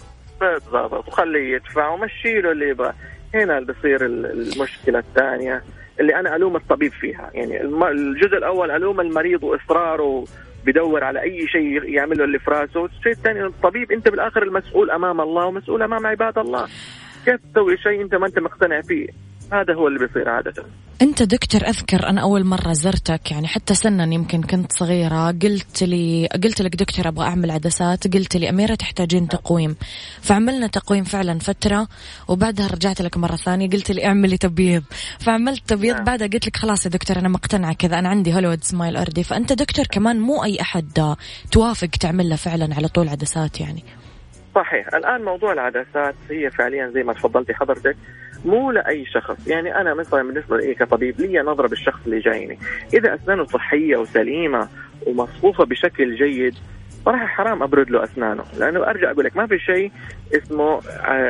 بالضبط وخليه يدفع ومشيله اللي يبغى. هنا بصير المشكلة الثانية اللي أنا ألوم الطبيب فيها. يعني الجزء الأول ألوم المريض وإصراره بدور على أي شيء يعمله اللي في راسه. الشيء الثاني الطبيب أنت بالآخر المسؤول أمام الله ومسؤول أمام عباد الله، كيف تسوي شيء أنت ما أنت مقتنع فيه؟ هذا هو اللي بيصير عادة. أنت دكتور أذكر أنا أول مرة زرتك يعني حتى سنا يمكن كنت صغيرة، قلت لك دكتور أبغى أعمل عدسات، قلت لي أميرة تحتاجين تقويم، فعملنا تقويم فعلا فترة، وبعدها رجعت لك مرة ثانية قلت لي اعملي تبييض، فعملت تبييض. بعدها قلت لك خلاص يا دكتور أنا مقتنعة كذا، أنا عندي هوليوود سمايل أردي. فأنت دكتور كمان مو أي أحد توافق تعمل له فعلا على طول عدسات يعني. صحيح. الآن موضوع العدسات هي فعليا زي ما تفضلتي حضرتك مو لأي شخص. يعني أنا مثلا بالنسبة لي كطبيب لي نظرة بالشخص اللي جايني، إذا أسنانه صحية وسليمة ومصفوفة بشكل جيد صراحة حرام أبرد له أسنانه، لأنه أرجع أقول لك ما في شيء اسمه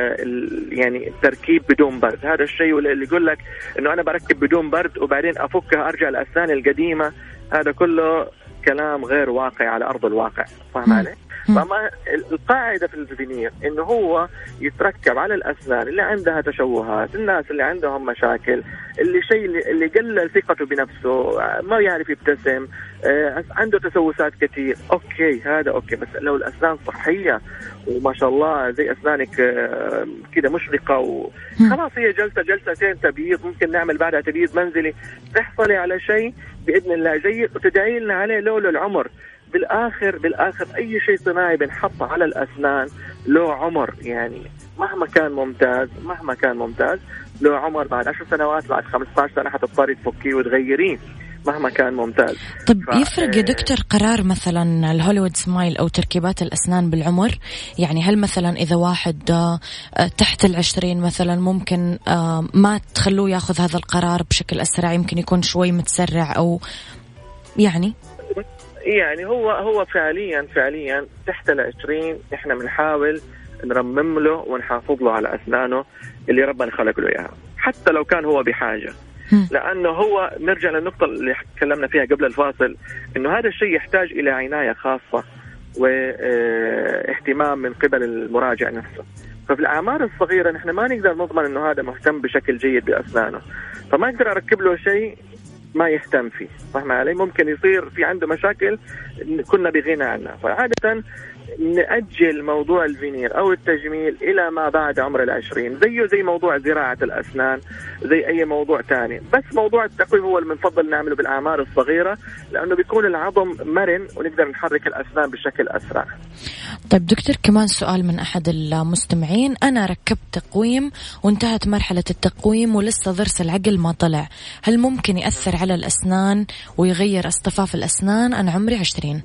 يعني تركيب بدون برد. هذا الشيء اللي يقول لك إنه أنا بركب بدون برد وبعدين أفكها أرجع لأسنان القديمة، هذا كله كلام غير واقع على أرض الواقع. فاهم علي؟ فما القاعدة في الفينير إنه هو يتركب على الأسنان اللي عندها تشوهات، الناس اللي عندهم مشاكل، اللي قلل ثقته بنفسه، ما يعرف يبتسم، عنده تسوسات كثير، أوكي هذا أوكي. بس لو الأسنان صحية وما شاء الله زي أسنانك كده مشرقة وخلاص هي جلستين تبييض، ممكن نعمل بعدها تبييض منزلي، تحصلي على شيء بإذن الله جيد وتدعي لنا عليه لولا العمر. بالآخر أي شيء صناعي بنحطه على الأسنان له عمر، يعني مهما كان ممتاز له عمر. بعد 10 سنوات بعد 15 سنة حتضطري تفكيه وتغيريه مهما كان ممتاز. طب يفرق يا دكتور قرار مثلا الهوليوود سمايل أو تركيبات الأسنان بالعمر؟ يعني هل مثلا إذا واحد تحت 20 مثلا ممكن ما تخلوه ياخذ هذا القرار بشكل أسرع، يمكن يكون شوي متسرع أو يعني هو فعليا تحت 20 احنا بنحاول نرمم له ونحافظ له على أسنانه اللي ربنا خلق له إياها، حتى لو كان هو بحاجة. لأنه هو نرجع للنقطة اللي تكلمنا فيها قبل الفاصل، إنه هذا الشيء يحتاج إلى عناية خاصة واهتمام من قبل المراجع نفسه. ففي الأعمار الصغيرة نحن ما نقدر نضمن إنه هذا مهتم بشكل جيد بأسنانه، فما أقدر أركب له شيء ما يهتم فيه. فاهم علي؟ ممكن يصير في عنده مشاكل كنا بغنى عنها. فعادة نأجل موضوع الفينير أو التجميل إلى ما بعد عمر 20، زي موضوع زراعة الأسنان، زي أي موضوع تاني. بس موضوع التقويم هو المفضل نعمله بالأعمار الصغيرة، لأنه بيكون العظم مرن ونقدر نحرك الأسنان بشكل أسرع. طيب دكتور كمان سؤال من أحد المستمعين، أنا ركبت تقويم وانتهت مرحلة التقويم ولسه ضرس العقل ما طلع، هل ممكن يأثر على الأسنان ويغير اصطفاف الأسنان؟ أنا عمري 20.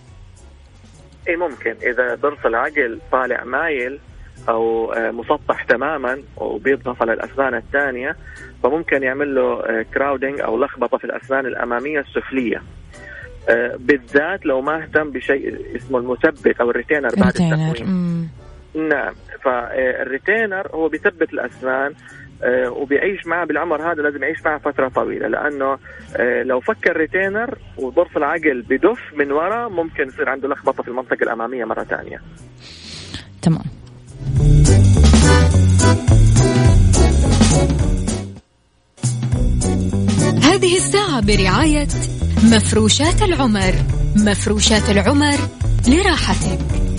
إيه ممكن، إذا ضرس العقل طالع مايل أو مسطح تماما وبيضغط على الأسنان الثانية فممكن يعمل له كراودينج أو لخبطة في الأسنان الأمامية السفلية، بالذات لو ما اهتم بشيء اسمه المثبت أو الريتينر بعد التقويم. نعم، فالريتينر هو بيثبت الأسنان وبيعيش معه بالعمر هذا، لازم يعيش معه فترة طويلة، لأنه لو فك الريتينر وضرس العقل بدف من وراء ممكن يصير عنده لخبطة في المنطقة الأمامية مرة تانية. تمام. هذه الساعة برعاية مفروشات العمر. مفروشات العمر لراحتك.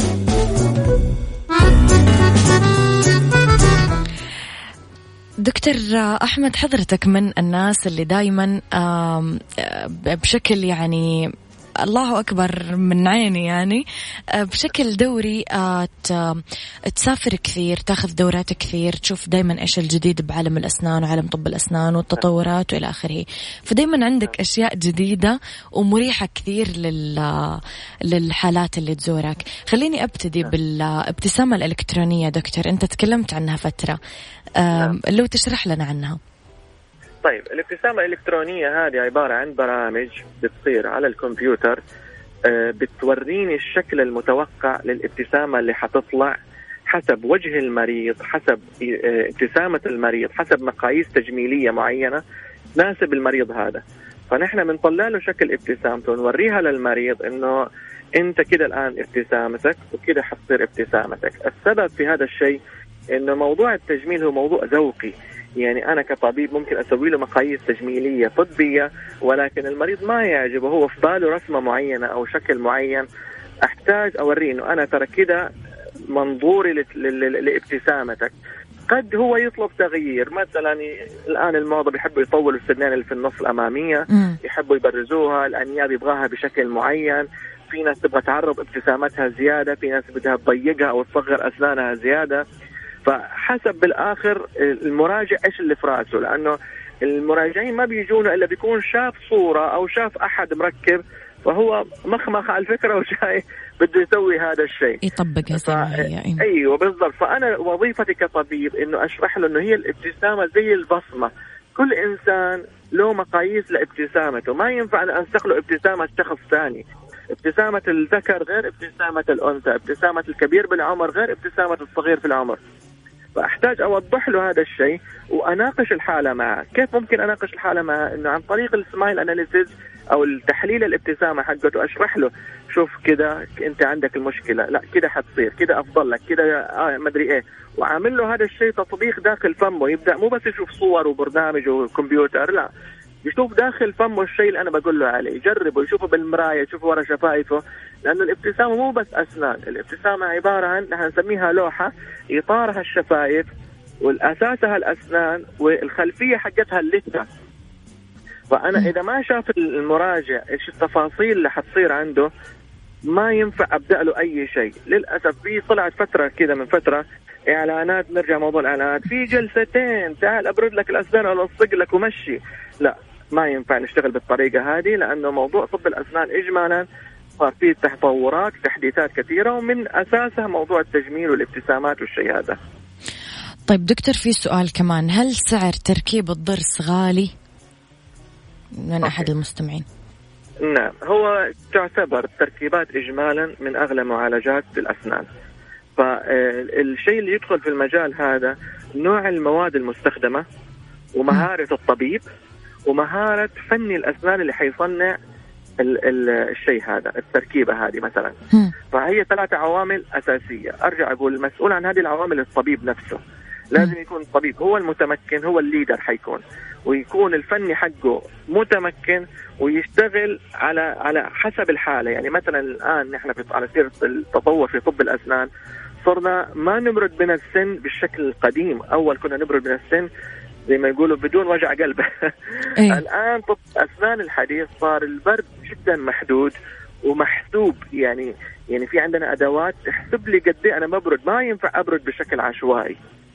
دكتور أحمد، حضرتك من الناس اللي دايما بشكل يعني الله أكبر من عيني يعني بشكل دوري تسافر كثير، تاخذ دورات كثير، تشوف دايما إيش الجديد بعالم الأسنان وعالم طب الأسنان والتطورات وإلى آخره، فدايما عندك أشياء جديدة ومريحة كثير للحالات اللي تزورك. خليني أبتدي بالابتسامة الإلكترونية. دكتور أنت تكلمت عنها فترة، لو تشرح لنا عنها. طيب، الابتسامة الإلكترونية هذه عبارة عن برامج بتصير على الكمبيوتر بتوريني الشكل المتوقع للابتسامة اللي حتطلع حسب وجه المريض، حسب ابتسامة المريض، حسب مقاييس تجميلية معينة تناسب المريض هذا. فنحن بنطلع له شكل ابتسامته ونوريها للمريض انه انت كده الان ابتسامتك وكده حتصير ابتسامتك. السبب في هذا الشيء انه موضوع التجميل هو موضوع ذوقي، يعني انا كطبيب ممكن اسوي له مقاييس تجميليه طبيه، ولكن المريض ما يعجبه، هو في باله رسمه معينه او شكل معين، احتاج اوريه انه انا ترى كده منظوري لابتسامتك. قد هو يطلب تغيير، مثلا الآن الموضة بيحبوا يطولوا السنان اللي في النص الأمامية، يحبوا يبرزوها، الأنياب يبغاها بشكل معين، في ناس تبغى تعرض ابتسامتها زيادة، في ناس بدها تضيقها أو تصغر أسنانها زيادة. فحسب بالآخر المراجع إيش اللي في رأسه، لأنه المراجعين ما بيجونا إلا بيكون شاف صورة أو شاف أحد مركب فهو مخمخ على الفكرة وجاي بده يسوي هذا الشيء، يطبقها زي ما هي. أيوة بالضبط. فأنا وظيفتي كطبيب إنه أشرح له إنه هي الابتسامة زي البصمة، كل إنسان له مقاييس لابتسامته، ما ينفع أن أنسخ له ابتسامة شخص ثاني. ابتسامة الذكر غير ابتسامة الأنثى، ابتسامة الكبير بالعمر غير ابتسامة الصغير في العمر. فأحتاج أوضح له هذا الشيء وأناقش الحالة معه. كيف ممكن أناقش الحالة معه؟ إنه عن طريق السمايل أناليسيس أو التحليل الابتسامة حقته، أشرح له شوف كده أنت عندك المشكلة، لا كده حتصير كده أفضل لك كده ما أدري إيه، وعامل له هذا الشيء تطبيق داخل فمه. يبدأ مو بس يشوف صور وبرنامج وكمبيوتر، لا يشوف داخل فمه الشيء اللي أنا بقول له عليه، يجربه، يشوفه بالمراية، يشوفه ورا شفايفه. لأنه الابتسامة مو بس أسنان، الابتسامة عبارة عن نحن نسميها لوحة، إطارها الشفايف والأساسها الأسنان والخلفية حقتها اللثة. فأنا إذا ما شاف المراجع إيش التفاصيل اللي حتصير عنده ما ينفع أبدأ له أي شيء. للأسف في طلعت فترة كذا من فترة إعلانات، نرجع موضوع الإعلانات، في جلستين تعال أبرد لك الأسنان ولا ألصق لك ومشي. لا ما ينفع نشتغل بالطريقة هذه، لأنه موضوع طب الأسنان إجمالا صار فيه تطورات تحديثات كثيرة، ومن أساسها موضوع التجميل والابتسامات والشيء هذا. طيب دكتور، في سؤال كمان، هل سعر تركيب الضرس غالي من أحد المستمعين؟ نعم، هو تعتبر التركيبات إجمالا من أغلى معالجات الأسنان. فالشيء اللي يدخل في المجال هذا نوع المواد المستخدمة ومهارة الطبيب ومهارة فني الأسنان اللي حيصنع الشيء هذا، التركيبة هذه مثلا. فهي 3 عوامل أساسية. أرجع أقول المسؤول عن هذه العوامل الطبيب نفسه. لازم يكون الطبيب هو المتمكن، هو الليدر حيكون، ويكون الفني حقه متمكن ويشتغل على حسب الحالة. يعني مثلا الآن نحن على سيرة التطور في طب الأسنان، صرنا ما نبرد من السن بالشكل القديم. أول كنا نبرد من السن زي ما يقولوا بدون وجع قلب. الآن طب أسنان الحديث صار البرد جدا محدود ومحسوب. يعني في عندنا أدوات تحسب لي قد ايه أنا مبرد، ما ينفع أبرد بشكل عشوائي.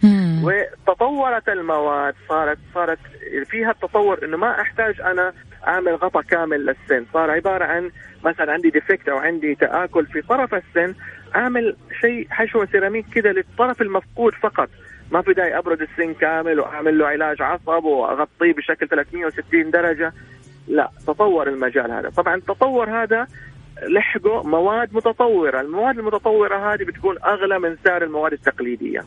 وتطورت المواد، صارت فيها التطور إنه ما أحتاج أنا أعمل غطاء كامل للسن. صار عبارة عن مثلا عندي ديفكت أو عندي تآكل في طرف السن، أعمل شيء حشوة سيراميك كده للطرف المفقود فقط، ما في داعي أبرد السن كامل وأعمل له علاج عصب وأغطيه بشكل 360 درجة. لا، تطور المجال هذا. طبعا التطور هذا لحقه مواد متطورة. المواد المتطورة هذه بتكون أغلى من سعر المواد التقليدية.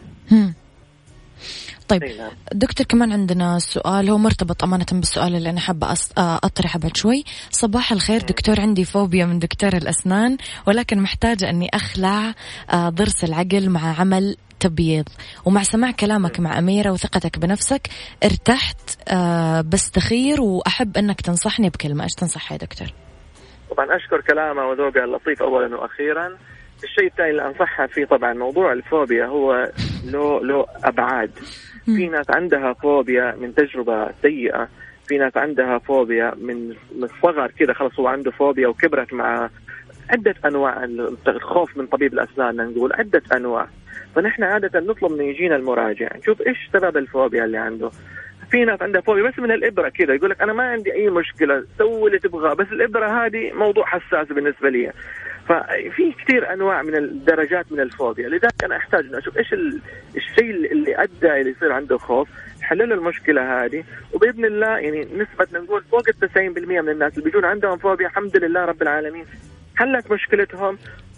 طيب دكتور، كمان عندنا سؤال هو مرتبط أمانة بالسؤال اللي أنا حابة أطرحه بعد شوي. صباح الخير دكتور، عندي فوبيا من دكتور الأسنان، ولكن محتاجة أني أخلع ضرس العقل مع عمل تبييض، ومع سماع كلامك مع أميرة وثقتك بنفسك ارتحت، بستخير وأحب أنك تنصحني بكلمة. إيش تنصح يا دكتور؟ طبعا أشكر كلامه وذوقه اللطيف أولا وأخيرا. الشيء الثاني اللي أنصحها فيه، طبعا موضوع الفوبيا هو له أبعاد. في ناس عندها فوبيا من تجربة سيئة، في ناس عندها فوبيا من الصغر كده، خلص هو عنده فوبيا وكبرت مع عدة أنواع الخوف من طبيب الأسنان، نقول عدة أنواع. فنحن عادة نطلب من يجينا المراجع نشوف إيش سبب الفوبيا اللي عنده. في ناس عندها فوبيا بس من الإبرة كده، يقول لك أنا ما عندي أي مشكلة، سوي اللي تبغاه، بس الإبرة هذه موضوع حساس بالنسبة لي. ففي كثير أنواع من الدرجات من الفوبيا. لذلك أنا أحتاج أن أشوف إيش الشيء اللي أدى إلى يصير عنده خوف، حلل المشكلة هذه، وبإذن الله يعني نسبة نقول فوق 90% من الناس اللي بيجون عندهم فوبيا الحمد لله رب العالمين حلت مشكلتهم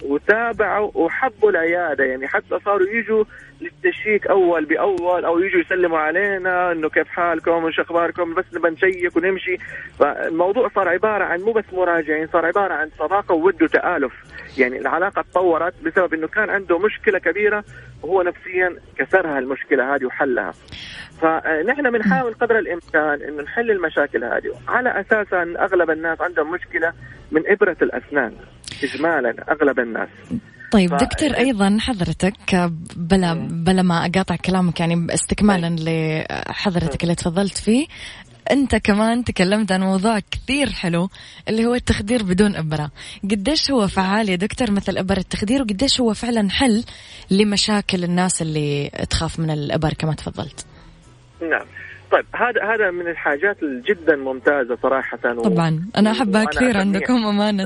وتابعوا وحبوا العيادة، يعني حتى صاروا يجوا للتشيك أول بأول، أو يجوا يسلموا علينا إنه كيف حالكم وش أخباركم، بس نبى نشيك ونمشي. فالموضوع صار عبارة عن مو بس مراجعين، صار عبارة عن صداقة وود وتآلف. يعني العلاقة تطورت بسبب إنه كان عنده مشكلة كبيرة وهو نفسيا كسرها المشكلة هذه وحلها. فنحن بنحاول قدر الإمكان إنه نحل المشاكل هذه، على أساس أن أغلب الناس عندهم مشكلة من إبرة الأسنان إجمالا، أغلب الناس. طيب دكتور، أيضا حضرتك بلا ما أقاطع كلامك، يعني استكمالا لحضرتك اللي تفضلت فيه، أنت كمان تكلمت عن موضوع كثير حلو اللي هو التخدير بدون إبرة. قديش هو فعال يا دكتور مثل إبر التخدير، وقديش هو فعلا حل لمشاكل الناس اللي تخاف من الإبر كما تفضلت؟ نعم. طيب هذا من الحاجات جدا ممتازة صراحة. طبعا أنا أحبها كثير عندكم أمانة.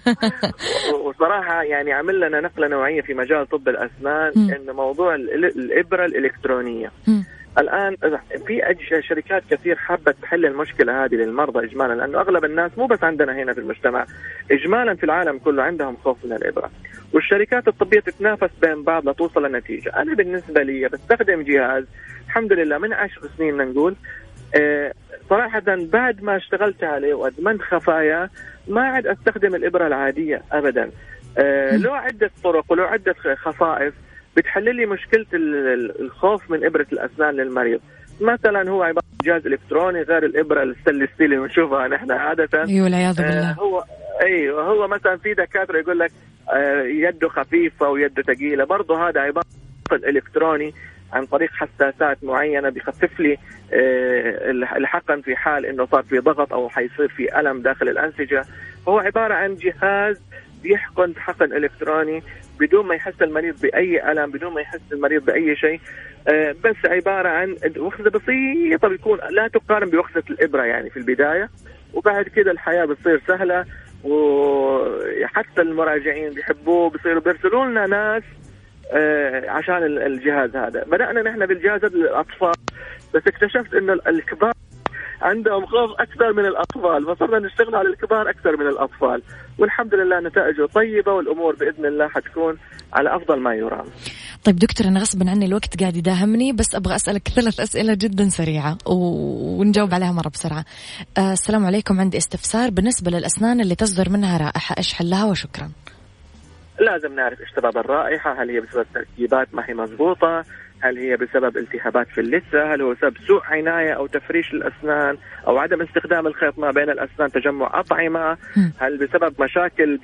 وصراحة يعني عمل لنا نقلة نوعية في مجال طب الأسنان إن موضوع الإبرة الإلكترونية. الآن في شركات كثير حابة تحل المشكلة هذه للمرضى إجمالا، لأنه أغلب الناس مو بس عندنا هنا في المجتمع، إجمالا في العالم كله عندهم خوف من الإبرة، والشركات الطبية تتنافس بين بعض لتوصل لنتيجة. أنا بالنسبة لي بستخدم جهاز الحمد لله من 10 سنين نقول، صراحة بعد ما اشتغلت عليه وأدمنت خفايا ما عاد أستخدم الإبرة العادية أبدا. له عدة طرق وله عدة خصائص بتحل لي مشكلة الخوف من إبرة الأسنان للمريض. مثلا هو عبارة عن جهاز إلكتروني غير الإبرة الستيل اللي بنشوفها نحن عادة. أيوة والعياذ بالله. هو مثلا في دكاترة يقول لك يده خفيفة ويده ثقيلة، برضه هذا عبارة عن إلكتروني عن طريق حساسات معينة بيخفف لي الحقن في حال إنه صار في ضغط أو حيصير في ألم داخل الأنسجة. هو عبارة عن جهاز بيحقن حقن إلكتروني بدون ما يحس المريض بأي ألم، بدون ما يحس المريض بأي شيء، بس عبارة عن وخزة بسيطة بيكون لا تقارن بوخزة الإبرة يعني في البداية، وبعد كده الحياة بتصير سهلة، وحتى المراجعين بيحبوه، بيصيروا بيرسلوا لنا ناس عشان الجهاز هذا. بدأنا نحن بالجهاز للأطفال، بس اكتشفت إنه الكبار عندهم خوف أكثر من الأطفال، فصرنا نشتغل على الكبار أكثر من الأطفال، والحمد لله نتائجه طيبة، والأمور بإذن الله حتكون على أفضل ما يرام. طيب دكتور، أنا غصبا عني الوقت قاعد يداهمني، بس أبغى أسألك 3 أسئلة جدا سريعة ونجاوب عليها مرة بسرعة. السلام عليكم، عندي استفسار بالنسبة للأسنان اللي تصدر منها رائحة، إيش حلها؟ وشكرا. لازم نعرف إيش سبب الرائحة، هل هي بسبب تركيبات ما هي مضبوطة، هل هي بسبب التهابات في اللثة، هل هو بسبب سوء عناية أو تفريش الأسنان أو عدم استخدام الخيط ما بين الأسنان، تجمع أطعمة، هل بسبب مشاكل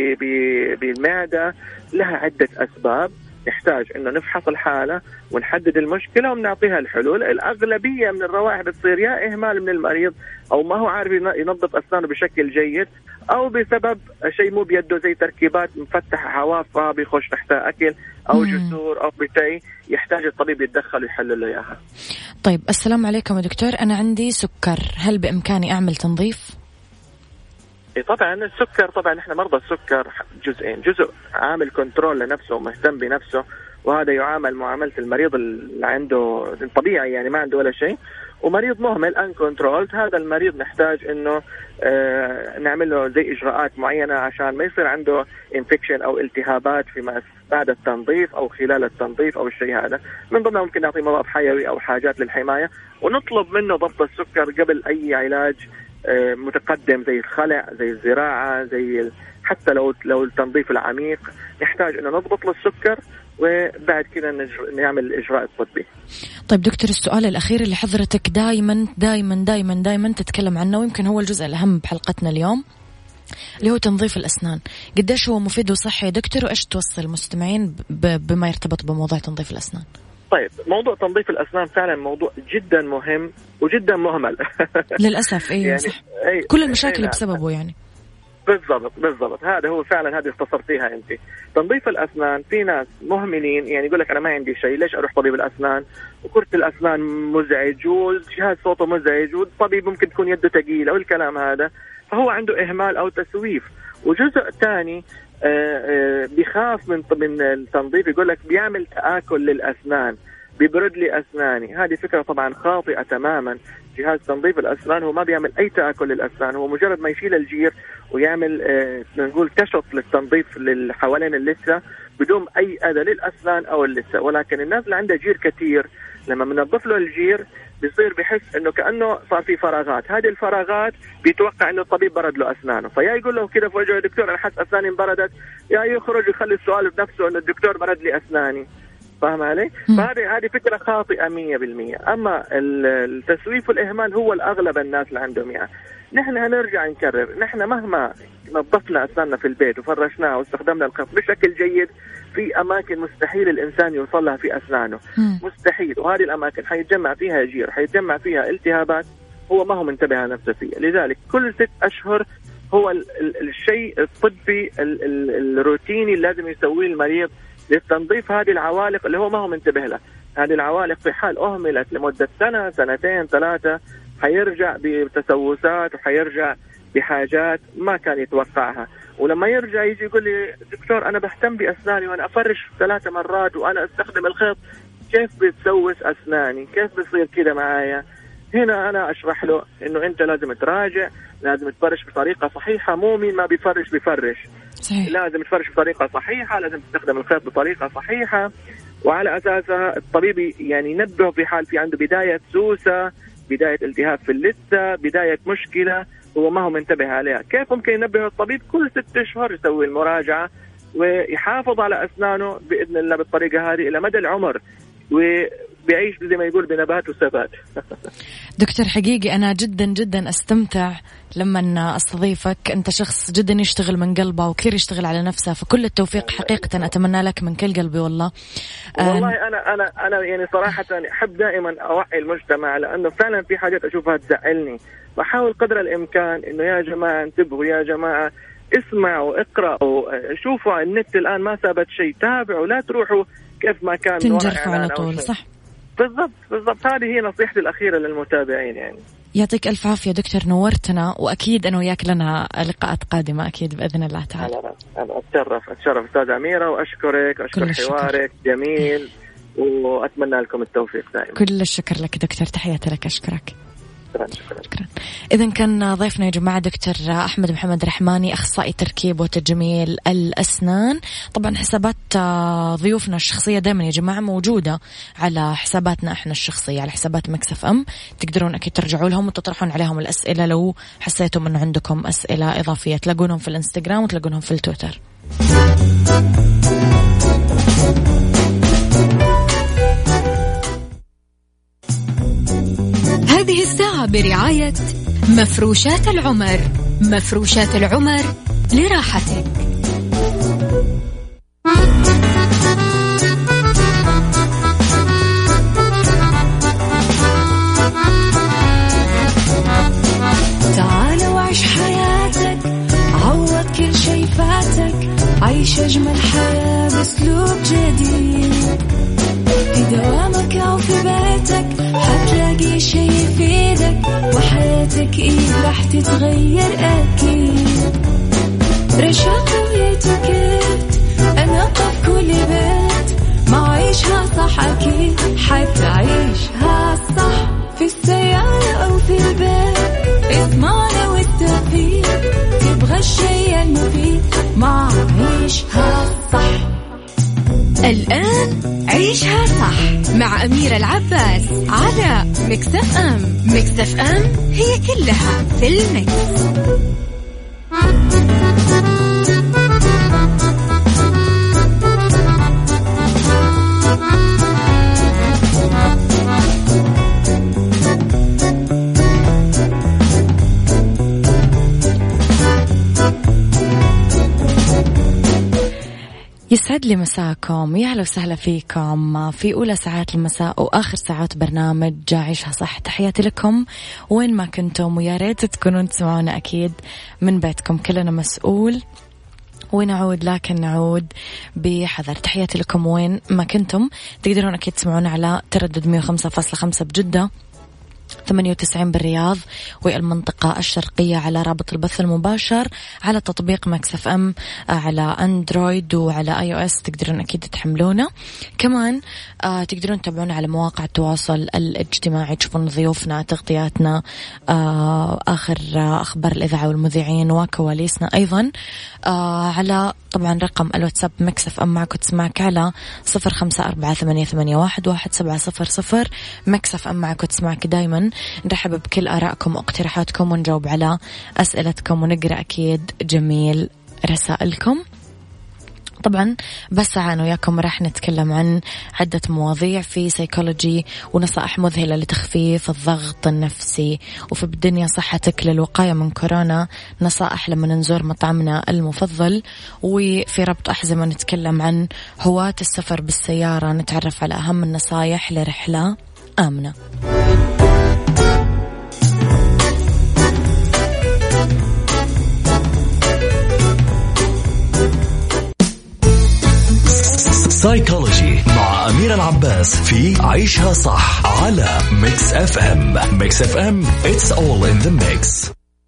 بالمعدة. لها عدة أسباب، نحتاج إنه نفحص الحالة ونحدد المشكلة ونعطيها الحلول. الأغلبية من الروائح بتصير يا إهمال من المريض أو ما هو عارف ينظف أسنانه بشكل جيد، أو بسبب شيء مو بيده زي تركيبات مفتحة حوافها بيخش تحتها أكل أو جسور أو بتاي، يحتاج الطبيب يتدخل ويحل له إياها. طيب السلام عليكم يا دكتور، أنا عندي سكر، هل بإمكاني أعمل تنظيف؟ طبعا السكر، طبعا احنا مرضى السكر جزئين، جزء عامل كنترول لنفسه ومهتم بنفسه، وهذا يعامل معاملة المريض اللي عنده طبيعي يعني ما عنده ولا شيء، ومريض مهمل ان كنترولد، هذا المريض نحتاج انه نعمل له زي اجراءات معينة عشان ما يصير عنده انفكشن او التهابات فيما بعد التنظيف او خلال التنظيف او الشيء هذا. من ضمنها ممكن نعطي مضاد حيوي او حاجات للحماية، ونطلب منه ضبط السكر قبل اي علاج متقدم زي الخلع، زي الزراعة، زي حتى لو التنظيف العميق، نحتاج انه نضبط للسكر وبعد كده نعمل الإجراء الطبي. طيب دكتور، السؤال الأخير اللي حضرتك دايما دايما دايما دايما تتكلم عنه، ويمكن هو الجزء الأهم بحلقتنا اليوم، اللي هو تنظيف الأسنان. قديش هو مفيد وصحي يا دكتور، وإيش توصل المستمعين بما يرتبط بموضوع تنظيف الأسنان؟ طيب موضوع تنظيف الأسنان فعلا موضوع جدا مهم وجدا مهمل للأسف. أيوة يعني صح. كل المشاكل بسببه يعني. بالضبط هذا هو فعلا، هذه اختصرتيها انت. تنظيف الاسنان في ناس مهملين، يعني يقول لك انا ما عندي شيء، ليش اروح طبيب الاسنان، وكرة الاسنان مزعج والجهاز صوته مزعج والطبيب ممكن تكون يده ثقيله والكلام هذا، فهو عنده اهمال او تسويف. وجزء ثاني بيخاف من التنظيف، يقول لك بيعمل تآكل للاسنان، بيبرد لي أسناني. هذه فكرة طبعا خاطئة تماما. جهاز تنظيف الأسنان هو ما بيعمل أي تآكل للأسنان، هو مجرد ما يشيل الجير ويعمل نقول كشط للتنظيف حوالين اللثة بدون أي أذى للأسنان أو اللثة. ولكن الناس اللي عندها جير كثير لما بنضيف له الجير بيصير بحس إنه كأنه صار في فراغات، هذه الفراغات بيتوقع إنه الطبيب برد له أسنانه، فيا يقول له كده في وجهه: يا دكتور أنا حس أسناني انبردت، يا يخرج يخلي السؤال بنفسه إنه الدكتور برد لي أسناني. فاهم علي؟ فهذه فكرة خاطئة 100%. أما التسويف والإهمال هو الأغلب الناس اللي عندهم يعني. نحن هنرجع نكرر، نحن مهما نظفنا أسناننا في البيت وفرشناها واستخدمنا الخف بشكل جيد، في أماكن مستحيل الإنسان يوصل لها في أسنانه، مستحيل. وهذه الأماكن حيتجمع فيها جير، حيتجمع فيها التهابات، هو ما هو منتبه على نفسه فيها. لذلك كل 6 أشهر هو الشيء الطبي الروتيني اللي لازم يسويه المريض للتنظيف هذه العوالق اللي هو ما هو منتبه لها. هذه العوالق في حال أهملت لمدة سنة 2 3 حيرجع بتسوسات وحيرجع بحاجات ما كان يتوقعها. ولما يرجع يجي يقول لي: دكتور أنا بهتم بأسناني وأنا أفرش 3 مرات وأنا أستخدم الخيط، كيف بتسوس أسناني؟ كيف بيصير كده معايا؟ هنا أنا أشرح له إنه أنت لازم تراجع، لازم تفرش بطريقة صحيحة، مو مين ما بيفرش صحيح. لازم تفرش بطريقة صحيحة، لازم تستخدم الخيط بطريقة صحيحة، وعلى أساسها الطبيب يعني ينبهه في حال في عنده بداية سوسة، بداية التهاب في اللثة، بداية مشكلة هو ما هو منتبه عليها. كيف ممكن ينبه الطبيب؟ كل 6 أشهر يسوي المراجعة ويحافظ على أسنانه بإذن الله بالطريقة هذه إلى مدى العمر، وبيعيش زي ما يقول بنبات وثبات. دكتور حقيقي أنا جدا جدا أستمتع لما أستضيفك، أنت شخص جدا يشتغل من قلبه وكثير يشتغل على نفسه، فكل التوفيق حقيقة أتمنى لك من كل قلبي. والله أنا يعني صراحة أحب دائما أوعي المجتمع، لأنه فعلا في حاجات أشوفها تزعلني، بحاول قدر الإمكان إنه يا جماعة انتبهوا، يا جماعة اسمعوا، اقرأوا، شوفوا النت الآن ما ثبت شيء، تابعوا، لا تروحوا كيف ما كان تنجرفوا على طول. صح بالضبط هذه هي نصيحتي الأخيرة للمتابعين يعني. يعطيك ألف عافية دكتور، نورتنا، وأكيد أنا وياك لنا لقاءات قادمة أكيد بإذن الله تعالى. أنا أتشرف أستاذة أميرة، وأشكرك، أشكر حوارك جميل، وأتمنى لكم التوفيق دائما. كل الشكر لك دكتور، تحياتي لك، أشكرك. شكرا. إذن كان ضيفنا يا جماعة دكتور أحمد محمد رحماني، أخصائي تركيب وتجميل الأسنان. طبعا حسابات ضيوفنا الشخصية دائما يا جماعة موجودة على حساباتنا احنا الشخصية، على حسابات مكسف أم، تقدرون أكيد ترجعوا لهم وتطرحون عليهم الأسئلة لو حسيتم أنه عندكم أسئلة إضافية، تلاقونهم في الإنستغرام وتلاقونهم في التويتر. هذه الساعة برعاية مفروشات العمر. مفروشات العمر لراحتك. تعال وعيش حياتك، عوض كل شي فاتك، عيش أجمل حياة بأسلوب جديد. في دوامك أو في بيتك حتلاقي شي يفيدك، وحياتك راح تتغير أكيد. رشاق ويتوكيت أنا قف كل بيت، ما عيشها صح أكيد حتعيشها صح، في السيارة أو في البيت اسمعنا والتوفيق، تبغى الشي المفيد ما عيشها صح. الآن عيشها صح مع أميرة العباس على مكسف أم. مكسف أم هي كلها في المكس. يسعد لي مساكم، يا هلا وسهلا فيكم في أولى ساعات المساء وآخر ساعات برنامج عيشها صح. تحياتي لكم وين ما كنتم، ويا ريت تكونون تسمعونا أكيد من بيتكم، كلنا مسؤول ونعود، لكن نعود بحذر. تحياتي لكم وين ما كنتم. تقدرون أكيد تسمعونا على تردد 105.5 بجدة، 98 بالرياض والمنطقة الشرقية على رابط البث المباشر على تطبيق مكس اف ام على اندرويد وعلى اي او اس، تقدرون اكيد تحملونه. كمان تقدرون تتابعونا على مواقع التواصل الاجتماعي، تشوفون ضيوفنا، تغطياتنا، اخر اخبار الاذاعة والمذيعين وكواليسنا ايضا على طبعا رقم الواتساب مكس اف ام معك وتسمعك على 0548811700. مكس اف ام معك وتسمعك دايما. نرحب بكل آرائكم واقتراحاتكم ونجاوب على أسئلتكم ونقرأ أكيد جميل رسائلكم. طبعا بس أنا وياكم راح نتكلم عن عدة مواضيع في سيكولوجي ونصائح مذهلة لتخفيف الضغط النفسي، وفي الدنيا صحتك للوقاية من كورونا نصائح لما نزور مطعمنا المفضل، وفي ربط أحزمة نتكلم عن هواة السفر بالسيارة، نتعرف على أهم النصائح لرحلة آمنة. سايكولوجي مع أميرة العباس في عيشها صح على ميكس اف ام. ميكس اف ام it's all in the mix.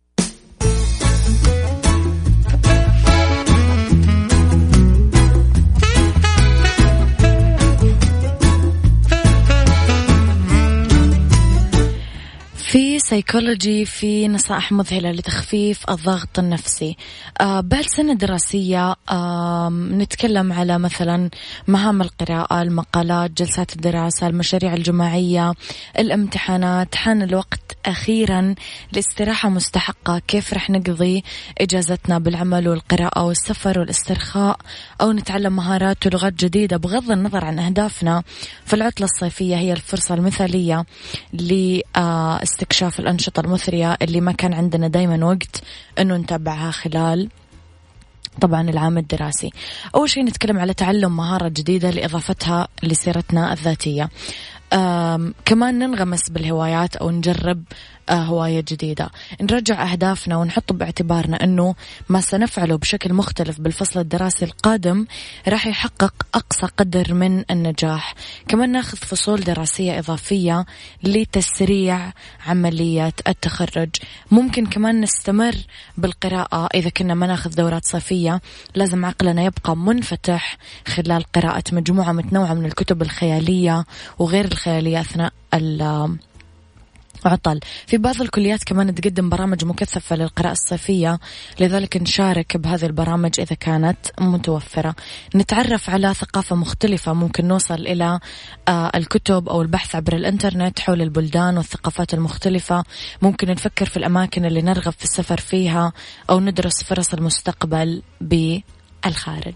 في سيكولوجي في نصائح مذهلة لتخفيف الضغط النفسي. بعد سنة دراسية نتكلم على مثلا مهام القراءة، المقالات، جلسات الدراسة، المشاريع الجماعية، الامتحانات. حان الوقت أخيرا لاستراحة مستحقة. كيف رح نقضي إجازتنا؟ بالعمل والقراءة والسفر والاسترخاء، أو نتعلم مهارات ولغات جديدة. بغض النظر عن أهدافنا، فالعطلة الصيفية هي الفرصة المثالية لاستكشاف الأنشطة المثرية اللي ما كان عندنا دايما وقت أنه نتابعها خلال طبعا العام الدراسي. أول شيء نتكلم على تعلم مهارة جديدة لإضافتها لسيرتنا الذاتية. كمان ننغمس بالهوايات أو نجرب هواية جديدة. نرجع أهدافنا ونحط باعتبارنا أنه ما سنفعله بشكل مختلف بالفصل الدراسي القادم راح يحقق أقصى قدر من النجاح. كمان ناخذ فصول دراسية إضافية لتسريع عملية التخرج. ممكن كمان نستمر بالقراءة إذا كنا ما ناخذ دورات صيفية. لازم عقلنا يبقى منفتح خلال قراءة مجموعة متنوعة من الكتب الخيالية وغير الخيالية أثناء عطل. في بعض الكليات كمان تقدم برامج مكثفة للقراءة الصيفية، لذلك نشارك بهذه البرامج إذا كانت متوفرة. نتعرف على ثقافة مختلفة، ممكن نوصل إلى الكتب أو البحث عبر الإنترنت حول البلدان والثقافات المختلفة. ممكن نفكر في الأماكن اللي نرغب في السفر فيها، أو ندرس فرص المستقبل بالخارج.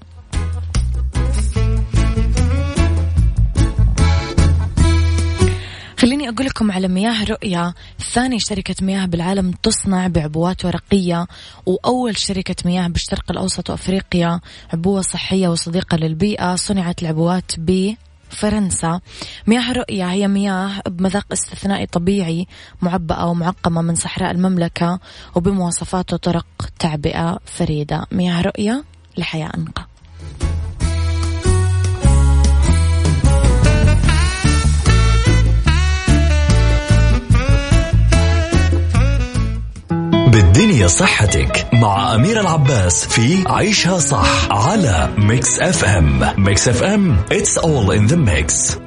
خليني أقول لكم على مياه رؤية، ثاني شركة مياه بالعالم تصنع بعبوات ورقية، وأول شركة مياه بالشرق الأوسط وأفريقيا، عبوة صحية وصديقة للبيئة. صنعت العبوات بفرنسا. مياه رؤية هي مياه بمذاق استثنائي طبيعي، معبأة ومعقمة من صحراء المملكة، وبمواصفات وطرق تعبئة فريدة. مياه رؤية لحياة أنقى. بالدنيا صحتك مع أميرة العباس في عيشها صح على ميكس اف ام. ميكس اف ام it's all in the mix.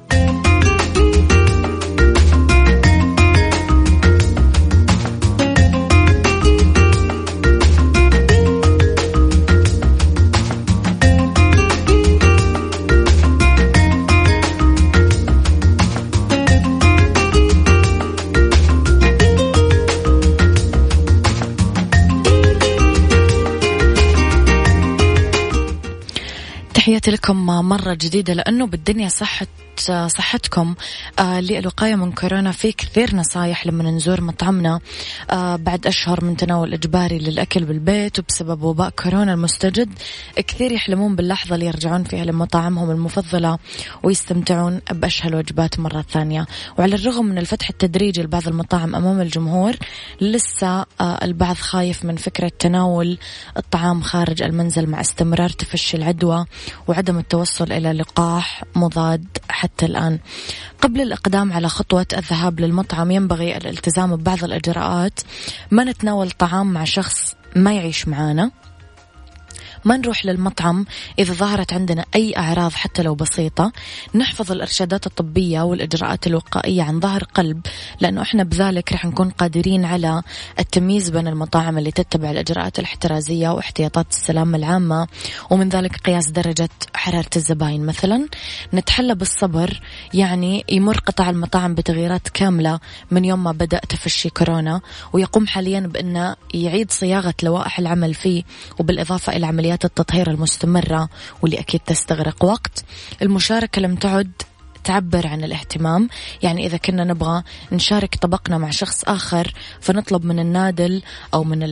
تحياتي لكم مرة جديدة، لأنه بالدنيا صحتكم للوقاية من كورونا. في كثير نصايح لما نزور مطعمنا بعد أشهر من تناول إجباري للأكل بالبيت وبسبب وباء كورونا المستجد. كثير يحلمون باللحظة اللي يرجعون فيها لمطاعمهم المفضلة ويستمتعون بأشهى الوجبات مرة ثانية. وعلى الرغم من الفتح التدريجي لبعض المطاعم أمام الجمهور، لسه البعض خايف من فكرة تناول الطعام خارج المنزل مع استمرار تفشي العدوى وعدم التوصل إلى لقاح مضاد حتى الآن. قبل الإقدام على خطوة الذهاب للمطعم ينبغي الالتزام ببعض الإجراءات. ما نتناول طعام مع شخص ما يعيش معانا. ما نروح للمطعم إذا ظهرت عندنا أي أعراض حتى لو بسيطة. نحفظ الإرشادات الطبية والإجراءات الوقائية عن ظهر قلب، لأنه إحنا بذلك رح نكون قادرين على التمييز بين المطاعم اللي تتبع الإجراءات الاحترازية واحتياطات السلامة العامة، ومن ذلك قياس درجة حرارة الزباين مثلا. نتحلى بالصبر، يعني يمر قطاع المطاعم بتغييرات كاملة من يوم ما بدأ تفشي كورونا، ويقوم حاليا بأنه يعيد صياغة لوائح العمل فيه، وبالإضافة إلى عمليات التطهير المستمرة واللي أكيد تستغرق وقت. المشاركة لم تعد تعبر عن الاهتمام، يعني إذا كنا نبغى نشارك طبقنا مع شخص آخر فنطلب من النادل أو من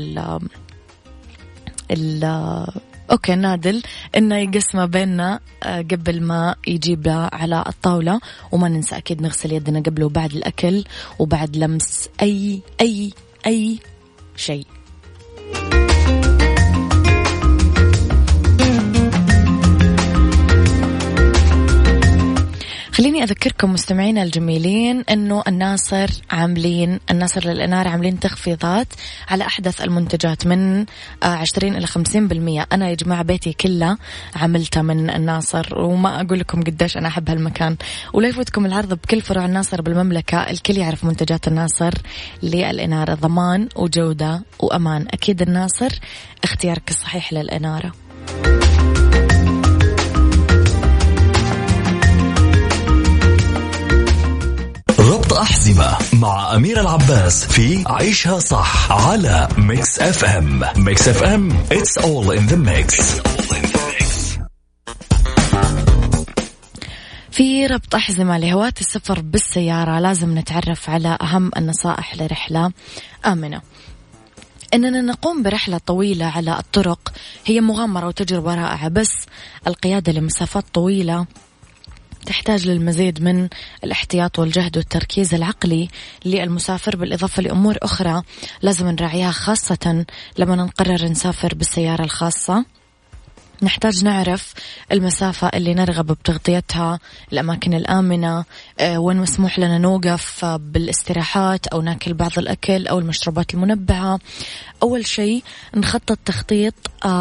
النادل إنه يقسمه بيننا قبل ما يجيبها على الطاولة. وما ننسى أكيد نغسل يدنا قبل وبعد الأكل وبعد لمس أي شيء. خليني أذكركم مستمعينا الجميلين أنه الناصر للإنارة عاملين تخفيضات على أحدث المنتجات من 20 إلى 50%. أنا يا جماعة بيتي كله عملته من الناصر، وما أقول لكم قديش أنا أحب هالمكان. ولا يفوتكم العرض بكل فروع الناصر بالمملكة. الكل يعرف منتجات الناصر للإنارة، ضمان وجودة وأمان. أكيد الناصر اختيارك الصحيح للإنارة. ربط أحزمة مع أمير العباس في عيشها صح على ميكس اف ام. ميكس اف ام it's all in the mix. في ربط أحزمة لهواة السفر بالسيارة لازم نتعرف على أهم النصائح لرحلة آمنة. إننا نقوم برحلة طويلة على الطرق هي مغامرة وتجربة رائعة، بس القيادة لمسافات طويلة تحتاج للمزيد من الاحتياط والجهد والتركيز العقلي للمسافر، بالإضافة لأمور أخرى لازم نراعيها، خاصة لما نقرر نسافر بالسيارة الخاصة. نحتاج نعرف المسافة اللي نرغب بتغطيتها، الأماكن الآمنة، وين مسموح لنا نوقف بالاستراحات أو ناكل بعض الأكل أو المشروبات المنبهة. أول شيء نخطط تخطيط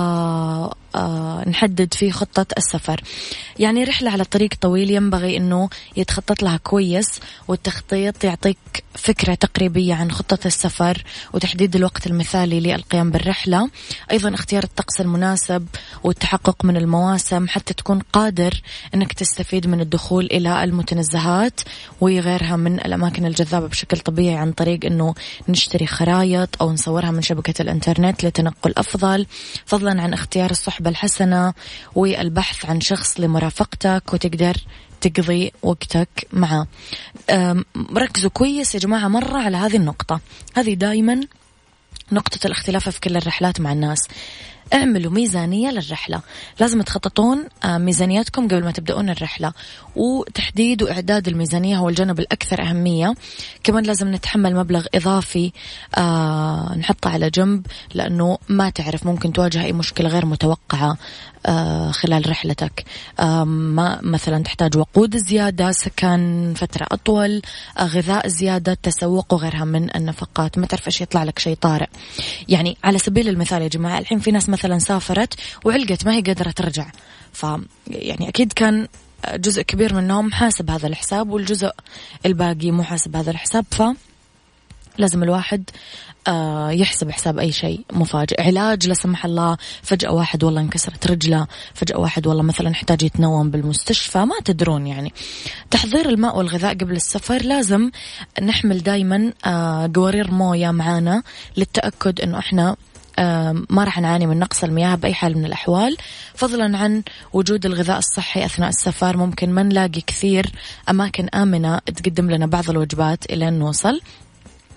نحدد فيه خطة السفر. يعني رحلة على طريق طويل ينبغي أنه يتخطط لها كويس، والتخطيط يعطيك فكرة تقريبية عن خطة السفر وتحديد الوقت المثالي للقيام بالرحلة. أيضا اختيار الطقس المناسب والتحقق من المواسم حتى تكون قادر أنك تستفيد من الدخول إلى المتنزهات وغيرها من الأماكن الجذابة بشكل طبيعي، عن طريق أنه نشتري خرائط أو نصورها من شبكة الإنترنت لتنقل أفضل، فضلا عن اختيار الصحبة الحسنة والبحث عن شخص لمرافقتك وتقدر تقضي وقتك معه. ركزوا كويس يا جماعة مرة على هذه النقطة، هذه دايما نقطة الاختلاف في كل الرحلات مع الناس. اعملوا ميزانية للرحلة، لازم تخططون ميزانياتكم قبل ما تبدأون الرحلة، وتحديد وإعداد الميزانية هو الجانب الأكثر أهمية. كمان لازم نتحمل مبلغ إضافي نحطه على جنب، لأنه ما تعرف ممكن تواجه أي مشكلة غير متوقعة خلال رحلتك. مثلا تحتاج وقود زيادة، سكن فترة أطول، غذاء زيادة، تسوق وغيرها من النفقات. ما تعرف إيش يطلع لك شيء طارئ. يعني على سبيل المثال يا جماعة، الحين في ناس مثلا سافرت وعلقت ما هي قادرة ترجع، يعني أكيد كان جزء كبير منهم حاسب هذا الحساب والجزء الباقي مو حاسب هذا الحساب. لازم الواحد يحسب حساب أي شيء مفاجئ. علاج لا سمح الله، فجأة واحد والله انكسرت رجله، فجأة واحد والله مثلا احتاج يتنوم بالمستشفى، ما تدرون. يعني تحضير الماء والغذاء قبل السفر، لازم نحمل دايما قوارير موية معانا للتأكد أنه احنا ما راح نعاني من نقص المياه بأي حال من الأحوال. فضلا عن وجود الغذاء الصحي أثناء السفر، ممكن ما نلاقي كثير أماكن آمنة تقدم لنا بعض الوجبات إلى أن نوصل.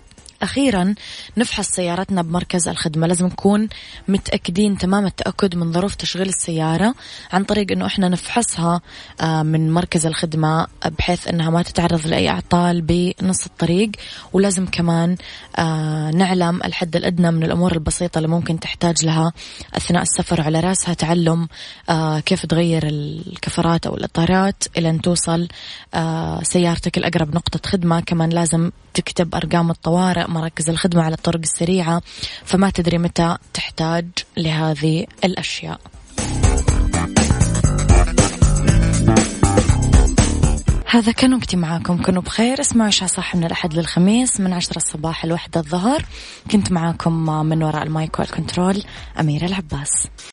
أخيرا نفحص سيارتنا بمركز الخدمة. لازم نكون متأكدين تمام التأكد من ظروف تشغيل السيارة عن طريق أنه إحنا نفحصها من مركز الخدمة بحيث أنها ما تتعرض لأي أعطال بنص الطريق. ولازم كمان نعلم الحد الأدنى من الأمور البسيطة اللي ممكن تحتاج لها أثناء السفر، على رأسها تعلم كيف تغير الكفرات أو الإطارات إلى أن توصل سيارتك الأقرب نقطة خدمة. كمان لازم تكتب أرقام الطوارئ مراكز الخدمة على الطرق السريعة، فما تدري متى تحتاج لهذه الأشياء. هذا كان وقتي معاكم، كنوا بخير. اسمعوا عيشها صح من الأحد للخميس من 10 الصباح ل1 الظهر. كنت معاكم من وراء المايك والكنترول أميرة العباس.